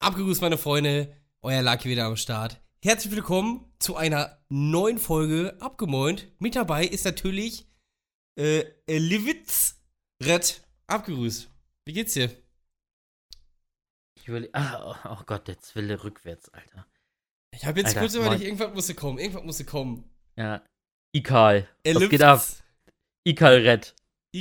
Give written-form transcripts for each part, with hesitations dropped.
Abgegrüßt, meine Freunde, euer Lucky wieder am Start. Herzlich willkommen zu einer neuen Folge Abgemoint. Mit dabei ist natürlich Lewitz Red. Abgegrüßt. Wie geht's dir? Oh Gott, der Zwille rückwärts, Alter. Ich habe jetzt Alter, kurz überlegt, irgendwas musste kommen. Ja, Ikal. Was Lewitz. geht ab? Ikal Red.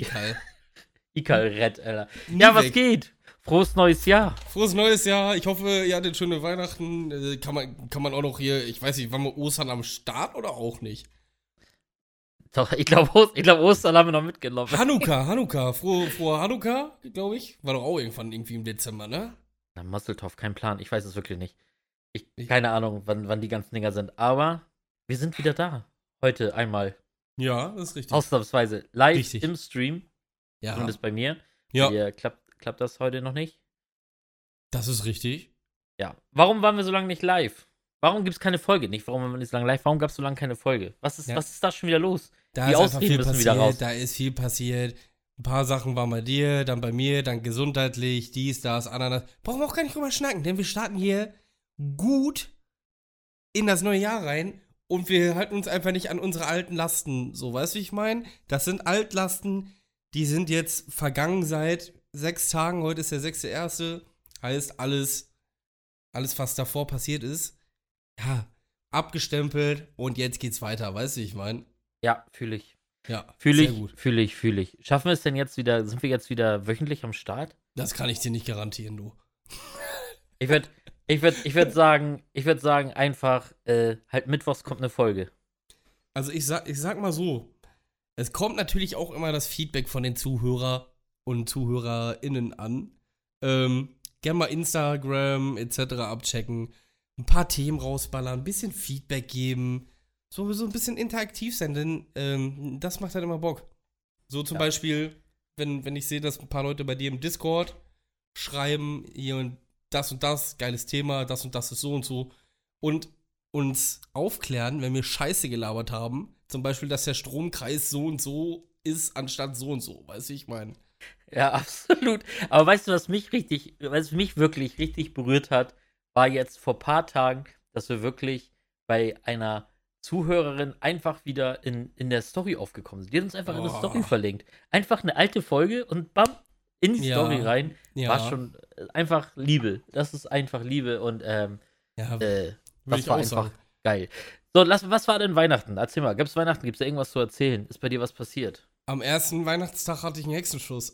Ikal Red, Alter. Nie Ja, was weg. geht? Frohes neues Jahr. Frohes neues Jahr. Ich hoffe, ihr hattet schöne Weihnachten. Kann man auch noch hier, ich weiß nicht, waren wir Ostern am Start oder auch nicht? Doch, ich glaube, Ostern haben wir noch mitgenommen. Hanukkah. Frohe Hanukkah, glaube ich. War doch auch irgendwann irgendwie im Dezember, ne? Na, Masseltoff, kein Plan. Ich weiß es wirklich nicht. Keine Ahnung, wann die ganzen Dinger sind. Aber wir sind wieder da. Heute einmal. Ja, das ist richtig. Ausnahmsweise. Live Richtig. im Stream. Ja. Zumindest bei mir. Ja. Bei dir klappt das heute noch nicht? Das ist richtig. Ja. Warum waren wir so lange nicht live? Warum gibt es keine Folge? Nicht, warum waren wir nicht so lange live? Warum gab es so lange keine Folge? Was ist da schon wieder los? Da Die ist einfach Ausreden viel müssen passiert. wieder raus. Da ist viel passiert. Ein paar Sachen waren bei dir, dann bei mir, dann gesundheitlich, dies, das, Ananas. Brauchen wir auch gar nicht drüber schnacken, denn wir starten hier gut in das neue Jahr rein und wir halten uns einfach nicht an unsere alten Lasten. So, weißt du, wie ich meine? Das sind Altlasten, die sind jetzt vergangen seit 6 Tagen. Heute ist der 6.1. Heißt, alles, was davor passiert ist, ja, abgestempelt und jetzt geht's weiter. Weißt du, wie ich meine? Ja, fühle ich. Ja, Fühle sehr gut. ich. Schaffen wir es denn jetzt wieder, sind wir jetzt wieder wöchentlich am Start? Das kann ich dir nicht garantieren, du. Ich würd sagen einfach, halt mittwochs kommt eine Folge. Also ich sag mal so, es kommt natürlich auch immer das Feedback von den Zuhörer und ZuhörerInnen an. Gerne mal Instagram etc. abchecken, ein paar Themen rausballern, ein bisschen Feedback geben, so ein bisschen interaktiv sein, denn das macht halt immer Bock. So zum Beispiel, wenn ich sehe, dass ein paar Leute bei dir im Discord schreiben, hier und das, geiles Thema, das und das ist so und uns aufklären, wenn wir Scheiße gelabert haben, zum Beispiel, dass der Stromkreis so und so ist, anstatt so und so, weißt du, ich meine. Ja, absolut. Aber weißt du, was mich wirklich richtig berührt hat, war jetzt vor ein paar Tagen, dass wir wirklich bei einer Zuhörerin einfach wieder in der Story aufgekommen sind. Die hat uns einfach in eine Story verlinkt. Einfach eine alte Folge und bam, in die Story rein. Ja. War schon einfach Liebe. Das ist einfach Liebe und Ja, das war einfach geil. So, was war denn Weihnachten? Erzähl mal, gibt's Weihnachten? Gibt's da irgendwas zu erzählen? Ist bei dir was passiert? Am ersten Weihnachtstag hatte ich einen Hexenschuss.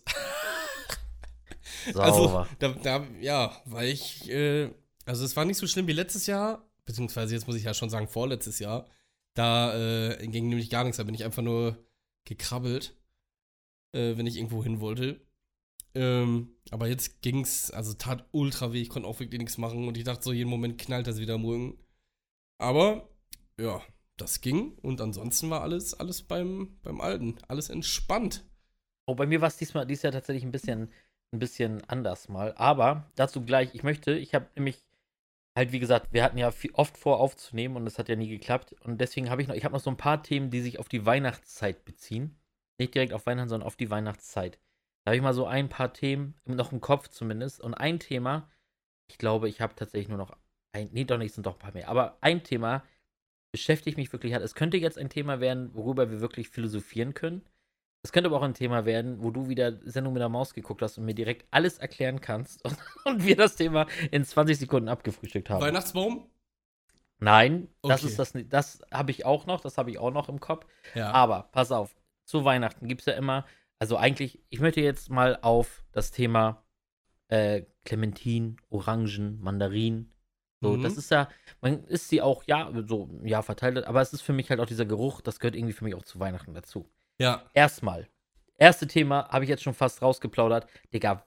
Sauber. Also, weil ich, also es war nicht so schlimm wie letztes Jahr, beziehungsweise jetzt muss ich ja schon sagen, vorletztes Jahr. Da ging nämlich gar nichts, da bin ich einfach nur gekrabbelt, wenn ich irgendwo hin wollte. Aber jetzt ging's, also tat ultra weh, ich konnte auch wirklich nichts machen und ich dachte so, jeden Moment knallt das wieder am Rücken. Aber, ja, das ging und ansonsten war alles beim Alten, alles entspannt. Oh, bei mir war es dieses Jahr tatsächlich ein bisschen anders mal. Aber dazu gleich, ich habe nämlich halt, wie gesagt, wir hatten ja oft vor aufzunehmen und es hat ja nie geklappt. Und deswegen habe ich noch so ein paar Themen, die sich auf die Weihnachtszeit beziehen. Nicht direkt auf Weihnachten, sondern auf die Weihnachtszeit. Da habe ich mal so ein paar Themen, noch im Kopf zumindest. Und ein Thema, ich glaube, ich habe tatsächlich nur noch es sind doch ein paar mehr. Aber ein Thema beschäftigt mich wirklich hart. Es könnte jetzt ein Thema werden, worüber wir wirklich philosophieren können. Es könnte aber auch ein Thema werden, wo du wieder Sendung mit der Maus geguckt hast und mir direkt alles erklären kannst und wir das Thema in 20 Sekunden abgefrühstückt haben. Weihnachtsbaum? Nein, Okay. das habe ich auch noch im Kopf. Ja. Aber pass auf, zu Weihnachten gibt es ja immer, also eigentlich, ich möchte jetzt mal auf das Thema Clementinen, Orangen, Mandarinen. So, das ist ja, man isst sie auch, verteilt, aber es ist für mich halt auch dieser Geruch, das gehört irgendwie für mich auch zu Weihnachten dazu. Ja. Erste Thema, habe ich jetzt schon fast rausgeplaudert. Digga,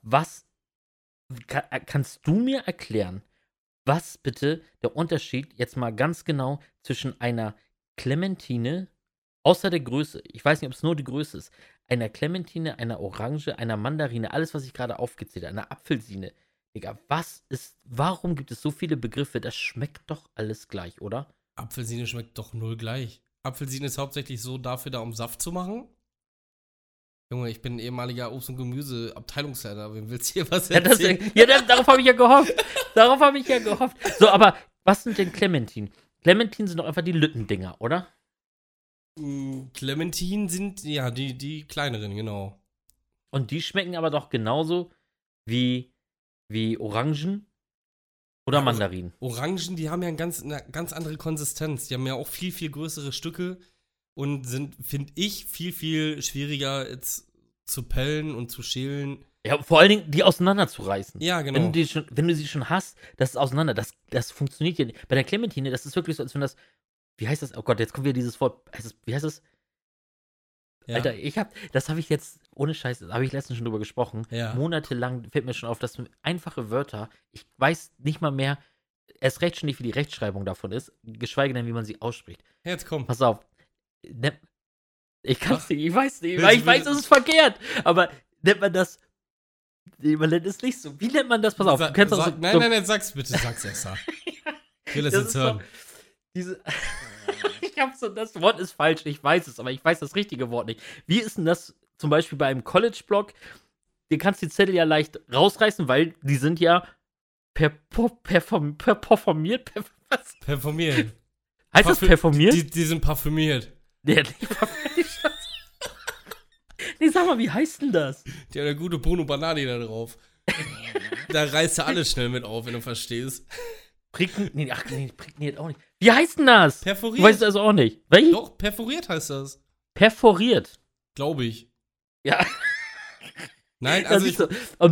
kannst du mir erklären, was bitte der Unterschied jetzt mal ganz genau zwischen einer Clementine, außer der Größe, ich weiß nicht, ob es nur die Größe ist, einer Clementine, einer Orange, einer Mandarine, alles, was ich gerade aufgezählt habe, einer Apfelsine. Digga, warum gibt es so viele Begriffe? Das schmeckt doch alles gleich, oder? Apfelsine schmeckt doch null gleich. Apfelsine ist hauptsächlich so dafür da, um Saft zu machen. Junge, ich bin ehemaliger Obst- und Gemüse-Abteilungsleiter. Wem willst du hier was erzählen? Darauf habe ich ja gehofft. Darauf habe ich ja gehofft. So, aber was sind denn Clementine? Clementine sind doch einfach die Lüttendinger, oder? Clementine sind, ja, die kleineren, genau. Und die schmecken aber doch genauso wie Orangen oder Ja, Mandarinen. Orangen, die haben ja eine ganz andere Konsistenz. Die haben ja auch viel, viel größere Stücke und sind, finde ich, viel, viel schwieriger jetzt zu pellen und zu schälen. Ja, vor allen Dingen, die auseinanderzureißen. Ja, genau. Wenn du sie schon hast, das ist auseinander. Das funktioniert ja nicht. Bei der Clementine, das ist wirklich so, als wenn das. Wie heißt das? Oh Gott, jetzt kommt wieder dieses Wort. Wie heißt das? Ja. Alter, das habe ich jetzt, ohne Scheiß, da habe ich letztens schon drüber gesprochen. Ja. Monatelang fällt mir schon auf, dass einfache Wörter, ich weiß nicht mal mehr, erst recht schon nicht, wie die Rechtschreibung davon ist, geschweige denn, wie man sie ausspricht. Jetzt komm. Pass auf. Ich kann's nicht, ich weiß nicht, weil ich weiß, es ist verkehrt. Aber nennt man das. Man nennt es nicht so. Wie nennt man das? Pass auf, du kennst das so. Nein, sag's bitte, sag's extra. Ich will das jetzt hören. Ich hab so, das Wort ist falsch, ich weiß es, aber ich weiß das richtige Wort nicht. Wie ist denn das zum Beispiel bei einem College-Blog? Du kannst die Zettel ja leicht rausreißen, weil die sind ja performiert. Was? Performiert. Heißt das performiert? Die sind parfümiert. Nee, nicht parfümiert. Nee, sag mal, wie heißt denn das? Die haben eine gute Bruno Banani da drauf. Da reißt du alles schnell mit auf, wenn du verstehst. Prägniert auch nicht. Wie heißt denn das? Perforiert. Du weißt das auch nicht. Welche? Doch, perforiert heißt das. Perforiert. Glaube ich. Ja. Nein, also wir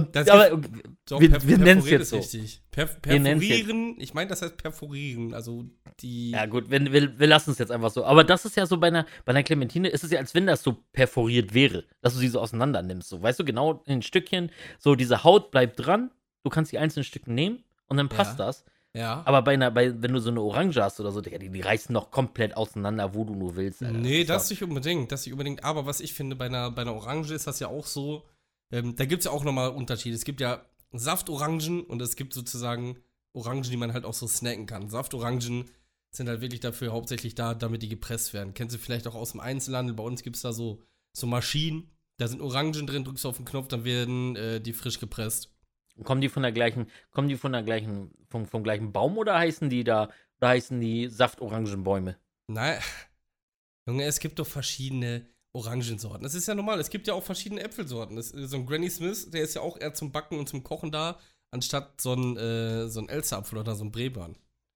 nennen es jetzt so. Richtig. Perforieren, ich meine, das heißt perforieren, also die. Ja gut, wir lassen es jetzt einfach so. Aber das ist ja so bei einer Clementine, ist es ja, als wenn das so perforiert wäre, dass du sie so auseinander nimmst. So, weißt du, genau in Stückchen, so diese Haut bleibt dran, du kannst die einzelnen Stücken nehmen und dann passt das. Ja. Aber wenn du so eine Orange hast oder so, die reißen noch komplett auseinander, wo du nur willst. Alter. Nee, das nicht unbedingt. Aber was ich finde, bei einer Orange ist das ja auch so, da gibt es ja auch nochmal Unterschiede. Es gibt ja Saftorangen und es gibt sozusagen Orangen, die man halt auch so snacken kann. Saftorangen sind halt wirklich dafür hauptsächlich da, damit die gepresst werden. Kennst du vielleicht auch aus dem Einzelhandel? Bei uns gibt es da so Maschinen, da sind Orangen drin, drückst du auf den Knopf, dann werden die frisch gepresst. Kommen die vom gleichen Baum oder heißen die Saftorangenbäume? Nein, Junge, es gibt doch verschiedene Orangensorten. Das ist ja normal. Es gibt ja auch verschiedene Äpfelsorten. So ein Granny Smith, der ist ja auch eher zum Backen und zum Kochen da, anstatt so ein Elsterapfel oder so ein Breban.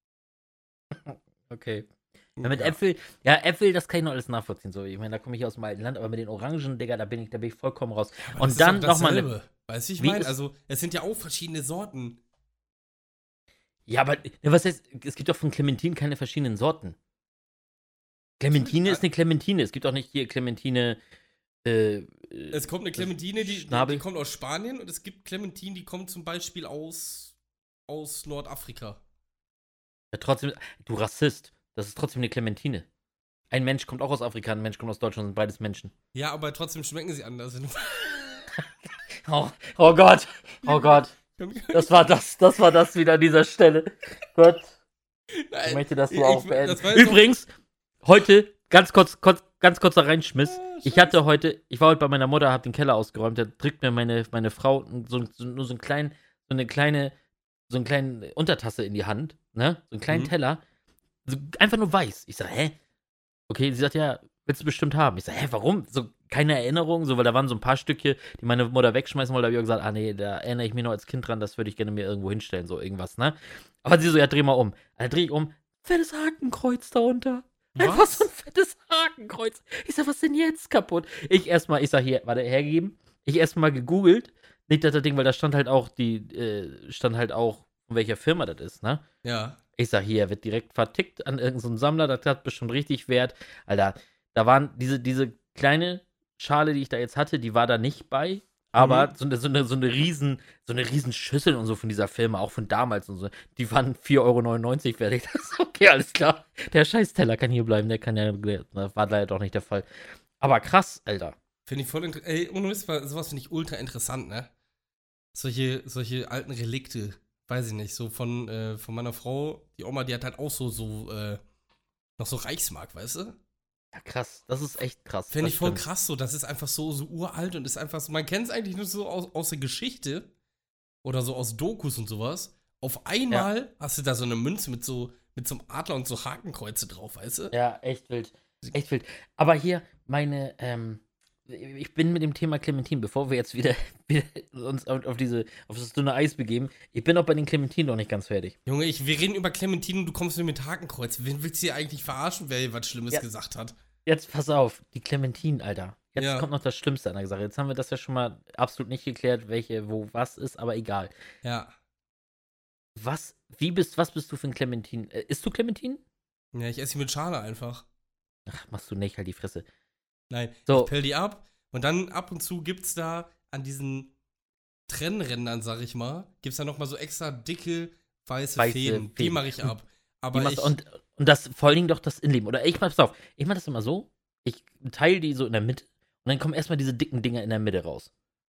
Okay. Ja, mit Äpfel, das kann ich noch alles nachvollziehen. So, ich meine, da komme ich aus dem alten Land, aber mit den Orangen, Digga, da bin ich vollkommen raus. Ja, und dann nochmal. Weißt du, ich meine, also, es sind ja auch verschiedene Sorten. Ja, aber was heißt, es gibt doch von Clementine keine verschiedenen Sorten. Clementine ist eine Clementine. Es gibt auch nicht hier Clementine. Es kommt eine Clementine, die kommt aus Spanien und es gibt Clementine, die kommt zum Beispiel aus Nordafrika. Ja, trotzdem, du Rassist, das ist trotzdem eine Clementine. Ein Mensch kommt auch aus Afrika, ein Mensch kommt aus Deutschland, sind beides Menschen. Ja, aber trotzdem schmecken sie anders. Oh Gott. Das war das wieder an dieser Stelle. Gott. Nein, ich möchte das so auch beenden. Übrigens, heute, ganz kurzer Reinschmiss. Ich war heute bei meiner Mutter, hab den Keller ausgeräumt, da drückt mir meine Frau so eine kleine Untertasse in die Hand, ne? So einen kleinen Teller. So, einfach nur weiß. Ich sag, hä? Okay, sie sagt, ja, willst du bestimmt haben. Ich sag, hä, warum? So, keine Erinnerung, so, weil da waren so ein paar Stücke, die meine Mutter wegschmeißen wollte, da hab ich auch gesagt, nee, da erinnere ich mich noch als Kind dran, das würde ich gerne mir irgendwo hinstellen, so irgendwas, ne? Aber sie so, ja, dreh mal um. Dann dreh ich um, fettes Hakenkreuz darunter. Einfach so ein fettes Hakenkreuz. Ich sag, was ist denn jetzt kaputt? Ich sag, hier, warte, hergegeben. Ich erstmal gegoogelt. Nicht das Ding, weil da stand halt auch von welcher Firma das ist, ne? Ja. Ich sag, hier, wird direkt vertickt an irgendeinen Sammler, das hat bestimmt richtig Wert. Alter, da waren diese kleine Schale, die ich da jetzt hatte, die war da nicht bei. Aber so eine riesen Schüssel und so von dieser Firma, auch von damals und so, die waren 4,99 € fertig. Das ist okay, alles klar. Der Scheißteller kann hier bleiben, das war leider doch nicht der Fall. Aber krass, Alter. Finde ich voll interessant. Ey, ohne Mist, sowas finde ich ultra interessant, ne? Solche alten Relikte, weiß ich nicht, so von meiner Frau, die Oma, die hat halt auch noch so Reichsmark, weißt du? Ja, krass. Das ist echt krass. Finde ich voll krass so. Das ist einfach so uralt und ist einfach so, man kennt es eigentlich nur so aus der Geschichte oder so aus Dokus und sowas. Auf einmal hast du da so eine Münze mit so einem Adler und so Hakenkreuze drauf, weißt du? Ja, echt wild. Echt wild. Aber hier, ich bin mit dem Thema Clementine, bevor wir jetzt wieder uns auf das dünne Eis begeben, ich bin auch bei den Clementinen noch nicht ganz fertig. Junge, wir reden über Clementine und du kommst mir mit Hakenkreuz. Wen willst du hier eigentlich verarschen, wer hier was Schlimmes gesagt hat? Jetzt pass auf, die Clementinen, Alter. Jetzt Ja. kommt noch das Schlimmste an der Sache. Jetzt haben wir das ja schon mal absolut nicht geklärt, welche, wo, was ist, aber egal. Ja. Was bist du für ein Clementin? Isst du Clementinen? Ja, ich esse sie mit Schale einfach. Ach, machst du nicht, halt die Fresse. Nein, So. ich pell die ab und dann ab und zu gibt's da an diesen Trennrändern, sag ich mal, gibt's da nochmal so extra dicke weiße Fäden. Die mache ich ab. Aber und das vor allen Dingen doch das Innenleben. Oder pass auf, ich mach das immer so, ich teile die so in der Mitte und dann kommen erstmal diese dicken Dinger in der Mitte raus.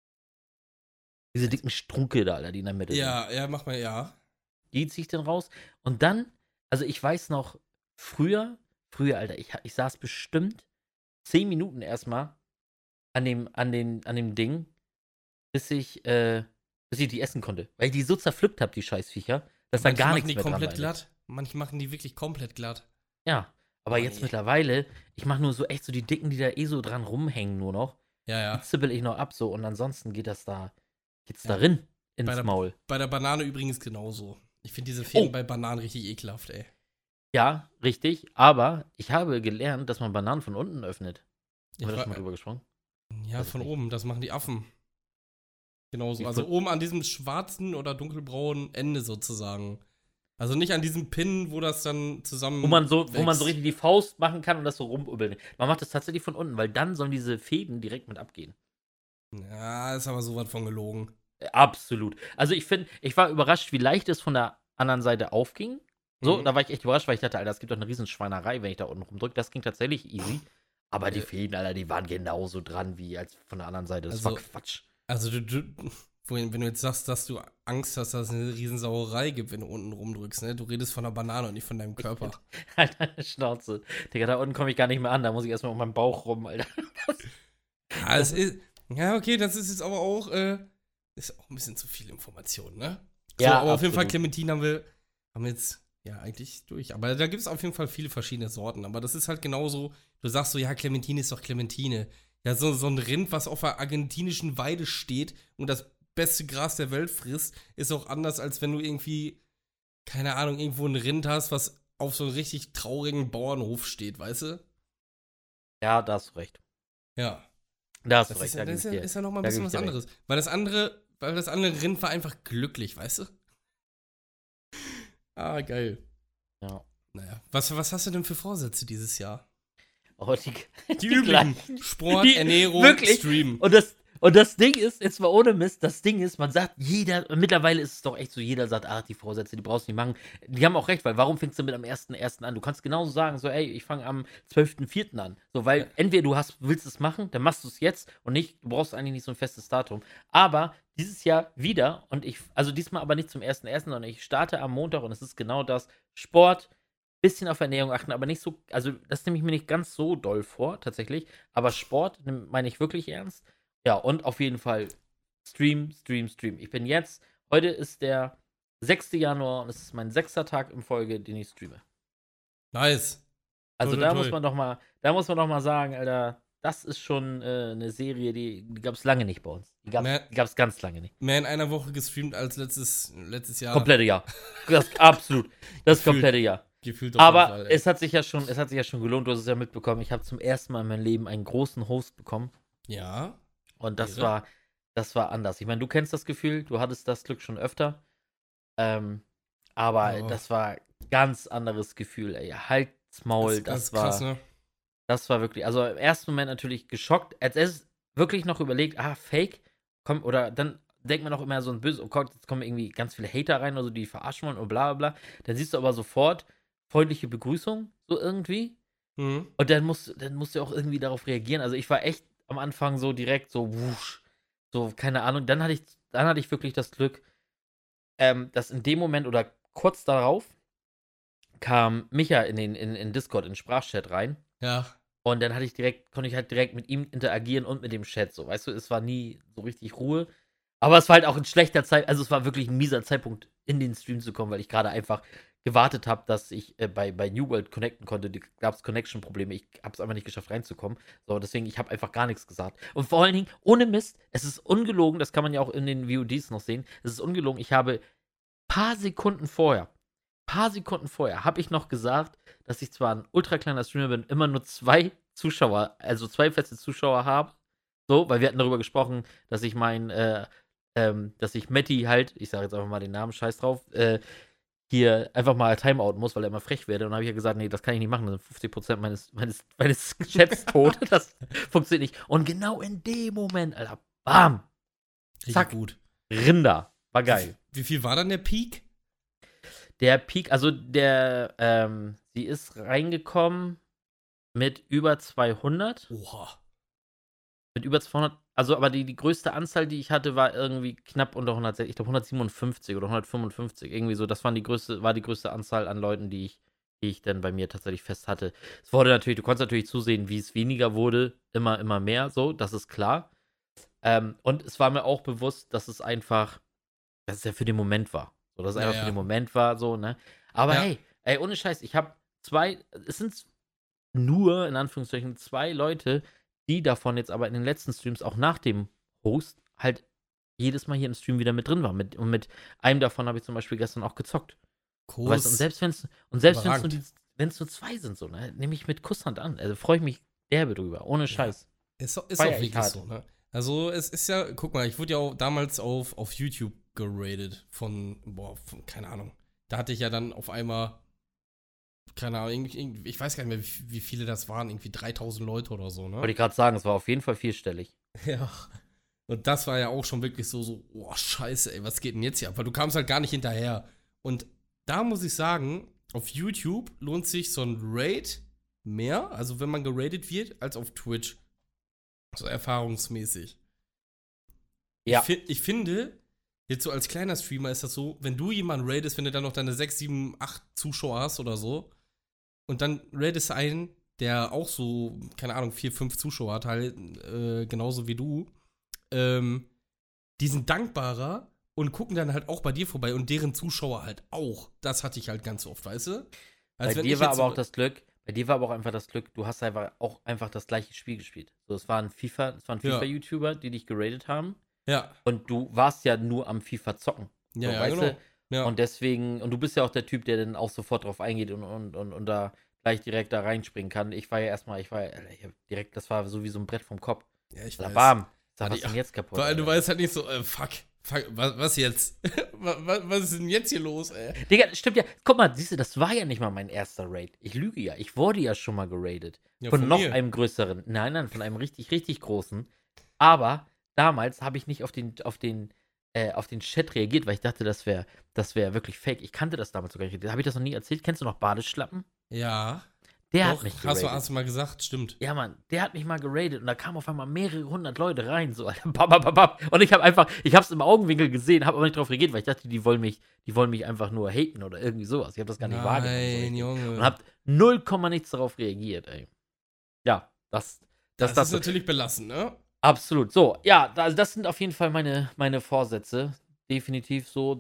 Diese dicken Strunke da, Alter, die in der Mitte sind. Ja, mach mal, ja. Die ziehe ich dann raus. Und dann, also ich weiß noch, früher, Alter, ich saß bestimmt 10 Minuten erstmal an dem Ding, bis ich die essen konnte. Weil ich die so zerpflückt habe, die Scheißviecher, dass da gar nichts mehr dran war. Komplett glatt. Manche machen die wirklich komplett glatt. Ja, aber Oh, jetzt nee. Mittlerweile, ich mache nur so echt so die Dicken, die da so dran rumhängen nur noch. Ja. Die zippel ich noch ab so und ansonsten geht's darin ins Maul. Bei der Banane übrigens genauso. Ich finde diese Fäden bei Bananen richtig ekelhaft, ey. Ja, richtig, aber ich habe gelernt, dass man Bananen von unten öffnet. Haben wir da schon mal drüber gesprochen? Ja, von oben, das machen die Affen. Genauso. Also oben an diesem schwarzen oder dunkelbraunen Ende sozusagen. Also nicht an diesem Pin, wo das dann zusammen. Wo man so richtig die Faust machen kann und das so rumübbeln. Man macht das tatsächlich von unten, weil dann sollen diese Fäden direkt mit abgehen. Ja, ist aber sowas von gelogen. Absolut. Also ich war überrascht, wie leicht es von der anderen Seite aufging. So, da war ich echt überrascht, weil ich dachte, Alter, es gibt doch eine riesen Schweinerei, wenn ich da unten rumdrücke. Das ging tatsächlich easy. Aber die Fäden, Alter, die waren genauso dran wie als von der anderen Seite. Das war Quatsch. Also wenn du jetzt sagst, dass du Angst hast, dass es eine riesen Sauerei gibt, wenn du unten rumdrückst, ne? Du redest von der Banane und nicht von deinem Körper. Halt deine Schnauze. Digga, da unten komme ich gar nicht mehr an. Da muss ich erstmal auf meinem Bauch rum, Alter. Ja, okay, das ist jetzt aber auch, ist auch ein bisschen zu viel Information, ne? So, Ja, aber absolut. auf jeden Fall Clementine haben wir jetzt ja eigentlich durch. Aber da gibt es auf jeden Fall viele verschiedene Sorten. Aber das ist halt genauso, du sagst so, ja, Clementine ist doch Clementine. Ja, so ein Rind, was auf einer argentinischen Weide steht und das beste Gras der Welt frisst, ist auch anders, als wenn du irgendwie, keine Ahnung, irgendwo ein Rind hast, was auf so einem richtig traurigen Bauernhof steht, weißt du? Ja, da hast du recht. Ja. Da hast du recht. Das ist ja nochmal ein bisschen was anderes. Weil das andere Rind war einfach glücklich, weißt du? Ah, geil. Ja. Naja. Was hast du denn für Vorsätze dieses Jahr? Oh, die üblichen. Sport, Ernährung, wirklich? Stream. Und das Ding ist, jetzt mal ohne Mist, man sagt, mittlerweile ist es doch echt so, jeder sagt, die Vorsätze, die brauchst du nicht machen. Die haben auch recht, weil warum fängst du mit am 1.1. an? Du kannst genauso sagen, so, ey, ich fange am 12.4. an. So, weil entweder willst es machen, dann machst du es jetzt und nicht, du brauchst eigentlich nicht so ein festes Datum. Aber dieses Jahr wieder also diesmal aber nicht zum 1.1., sondern ich starte am Montag und es ist genau das, Sport, bisschen auf Ernährung achten, aber nicht so, also das nehme ich mir nicht ganz so doll vor, tatsächlich, aber Sport meine ich wirklich ernst. Ja, und auf jeden Fall Stream. Heute ist der 6. Januar und es ist mein 6. Tag in Folge, den ich streame. Nice. Also da muss man doch mal sagen, Alter, das ist schon eine Serie, die gab es lange nicht bei uns. Die gab es ganz lange nicht. Mehr in einer Woche gestreamt als letztes Jahr. Komplette Jahr. Absolut. Das komplette Jahr. Gefühlt aber Fall, es hat sich ja schon gelohnt, du hast es ja mitbekommen. Ich habe zum ersten Mal in meinem Leben einen großen Host bekommen. Ja. Und das war anders. Ich meine, du kennst das Gefühl, du hattest das Glück schon öfter. Aber das war ganz anderes Gefühl, ey. Halt's Maul, das war krass, ne? Das war wirklich, also im ersten Moment natürlich geschockt. Als es wirklich noch überlegt, Fake, komm, oder dann denkt man auch immer so ein böses, oh Gott, jetzt kommen irgendwie ganz viele Hater rein, also die verarschen wollen und bla bla bla. Dann siehst du aber sofort freundliche Begrüßung, so irgendwie. Mhm. Und dann musst du auch irgendwie darauf reagieren. Also ich war echt am Anfang so direkt so wusch, so keine Ahnung. Dann hatte ich wirklich das Glück, dass in dem Moment oder kurz darauf kam Micha in Discord, in den Sprachchat rein. Ja. Und dann konnte ich halt direkt mit ihm interagieren und mit dem Chat, so, weißt du, es war nie so richtig Ruhe. Aber es war halt auch ein schlechter Zeitpunkt, also es war wirklich ein mieser Zeitpunkt, in den Stream zu kommen, weil ich gerade einfach gewartet habe, dass ich bei New World connecten konnte. Da gab es Connection-Probleme. Ich habe es einfach nicht geschafft, reinzukommen. So, deswegen, ich habe einfach gar nichts gesagt. Und vor allen Dingen, ohne Mist, es ist ungelogen, das kann man ja auch in den VODs noch sehen, es ist ungelogen, ich habe paar Sekunden vorher, habe ich noch gesagt, dass ich zwar ein ultra kleiner Streamer bin, immer nur 2 Zuschauer, also 2 feste Zuschauer habe. So, weil wir hatten darüber gesprochen, dass ich dass ich Matti halt, ich sage jetzt einfach mal den Namen, scheiß drauf, hier einfach mal Timeouten muss, weil er immer frech werde. Und dann habe ich ja gesagt, nee, das kann ich nicht machen. Dann sind 50% meines Chats tot. Das funktioniert nicht. Und genau in dem Moment, Alter, bam, Richtig zack, gut. Rinder. War geil. Wie viel war dann der Peak? Der Peak, also sie ist reingekommen mit über 200. Oha. Mit über 200, also aber die größte Anzahl, die ich hatte, war irgendwie knapp unter 160, ich glaube 157 oder 155, irgendwie so. Das war die größte Anzahl an Leuten, die ich dann bei mir tatsächlich fest hatte. Es wurde natürlich, du konntest natürlich zusehen, wie es weniger wurde, immer mehr so, das ist klar. Und es war mir auch bewusst, dass es ja für den Moment war. So, dass es einfach für den Moment war, so, ne? Aber hey, ohne Scheiß, es sind nur, in Anführungszeichen, 2 Leute, die davon jetzt aber in den letzten Streams auch nach dem Host halt jedes Mal hier im Stream wieder mit drin war. Und mit einem davon habe ich zum Beispiel gestern auch gezockt. Kuss. Weißt, und selbst wenn es nur 2 sind, so, ne, nehme ich mit Kusshand an. Also freue ich mich derbe drüber. Ohne Scheiß. Ist auch wirklich so, ne? Also es ist ja, guck mal, ich wurde ja auch damals auf YouTube geradet von, keine Ahnung. Da hatte ich ja dann auf einmal, keine Ahnung, ich weiß gar nicht mehr, wie viele das waren, irgendwie 3000 Leute oder so, ne? Wollte ich gerade sagen, es war auf jeden Fall vierstellig. Ja. Und das war ja auch schon wirklich oh, scheiße, ey, was geht denn jetzt hier ab? Weil du kamst halt gar nicht hinterher. Und da muss ich sagen, auf YouTube lohnt sich so ein Raid mehr, also wenn man geradet wird, als auf Twitch. So erfahrungsmäßig. Ja. Ich finde, jetzt so als kleiner Streamer ist das so, wenn du jemanden raidest, wenn du dann noch deine 6, 7, 8 Zuschauer hast oder so, und dann raidest du einen, der auch so, keine Ahnung, 4, 5 Zuschauer hat, halt, genauso wie du, die sind dankbarer und gucken dann halt auch bei dir vorbei und deren Zuschauer halt auch. Das hatte ich halt ganz oft, weißt du? Bei dir war aber auch das Glück, du hast einfach das gleiche Spiel gespielt. So, es waren FIFA-YouTuber, die dich geradet haben. Ja. Und du warst ja nur am FIFA zocken. So, Ja, weißt genau. du? Ja. Und deswegen, und du bist ja auch der Typ, der dann auch sofort drauf eingeht und da gleich direkt da reinspringen kann. Das war so wie so ein Brett vom Kopf. Ja, ich Oder weiß. bam. Was ist denn jetzt kaputt? Vor allem, du weißt halt nicht so, fuck, was jetzt? was ist denn jetzt hier los, ey? Digga, stimmt ja. Guck mal, siehst du, das war ja nicht mal mein erster Raid. Ich lüge ja. Ich wurde ja schon mal geradet. Ja, von noch mir. einem größeren. Nein, von einem richtig, richtig großen. Aber damals habe ich nicht auf den Chat reagiert, weil ich dachte, das wäre wirklich fake. Ich kannte das damals sogar nicht. Habe ich das noch nie erzählt? Kennst du noch Badeschlappen? Ja. Der Doch, hat mich geradet. hast du mal gesagt, stimmt. Ja, Mann, der hat mich mal geradet und da kamen auf einmal mehrere hundert Leute rein, so, Alter, babababab. Und ich hab's im Augenwinkel gesehen, habe aber nicht drauf reagiert, weil ich dachte, die wollen mich einfach nur haten oder irgendwie sowas. Ich habe das gar nicht wahrgenommen. Nein, Junge. Und hab 0, nichts darauf reagiert, ey. Ja, das ist natürlich belastend, ne? Absolut. So, ja, also das sind auf jeden Fall meine Vorsätze. Definitiv so,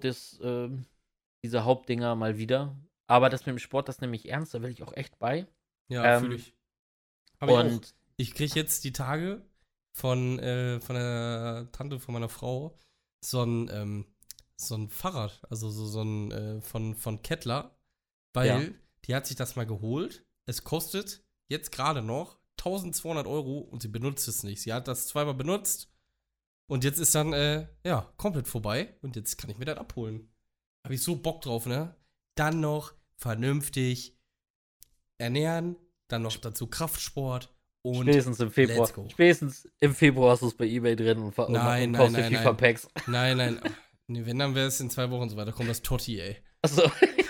diese Hauptdinger mal wieder. Aber das mit dem Sport, das nehme ich ernst, da will ich auch echt bei. Ja, fühle ich. Aber ich kriege jetzt die Tage von der Tante von meiner Frau so ein Fahrrad, also so ein von Kettler, weil die hat sich das mal geholt. Es kostet jetzt gerade noch 1200 € und sie benutzt es nicht. Sie hat das zweimal benutzt und jetzt ist dann, komplett vorbei und jetzt kann ich mir das abholen. Habe ich so Bock drauf, ne? Dann noch vernünftig ernähren, dann noch dazu Kraftsport und spätestens im Februar hast du es bei eBay drin und kaufst die FIFA-Packs. Nein. Nee, wenn, dann wäre es in 2 Wochen so weiter. Kommt das Totti, ey. Achso.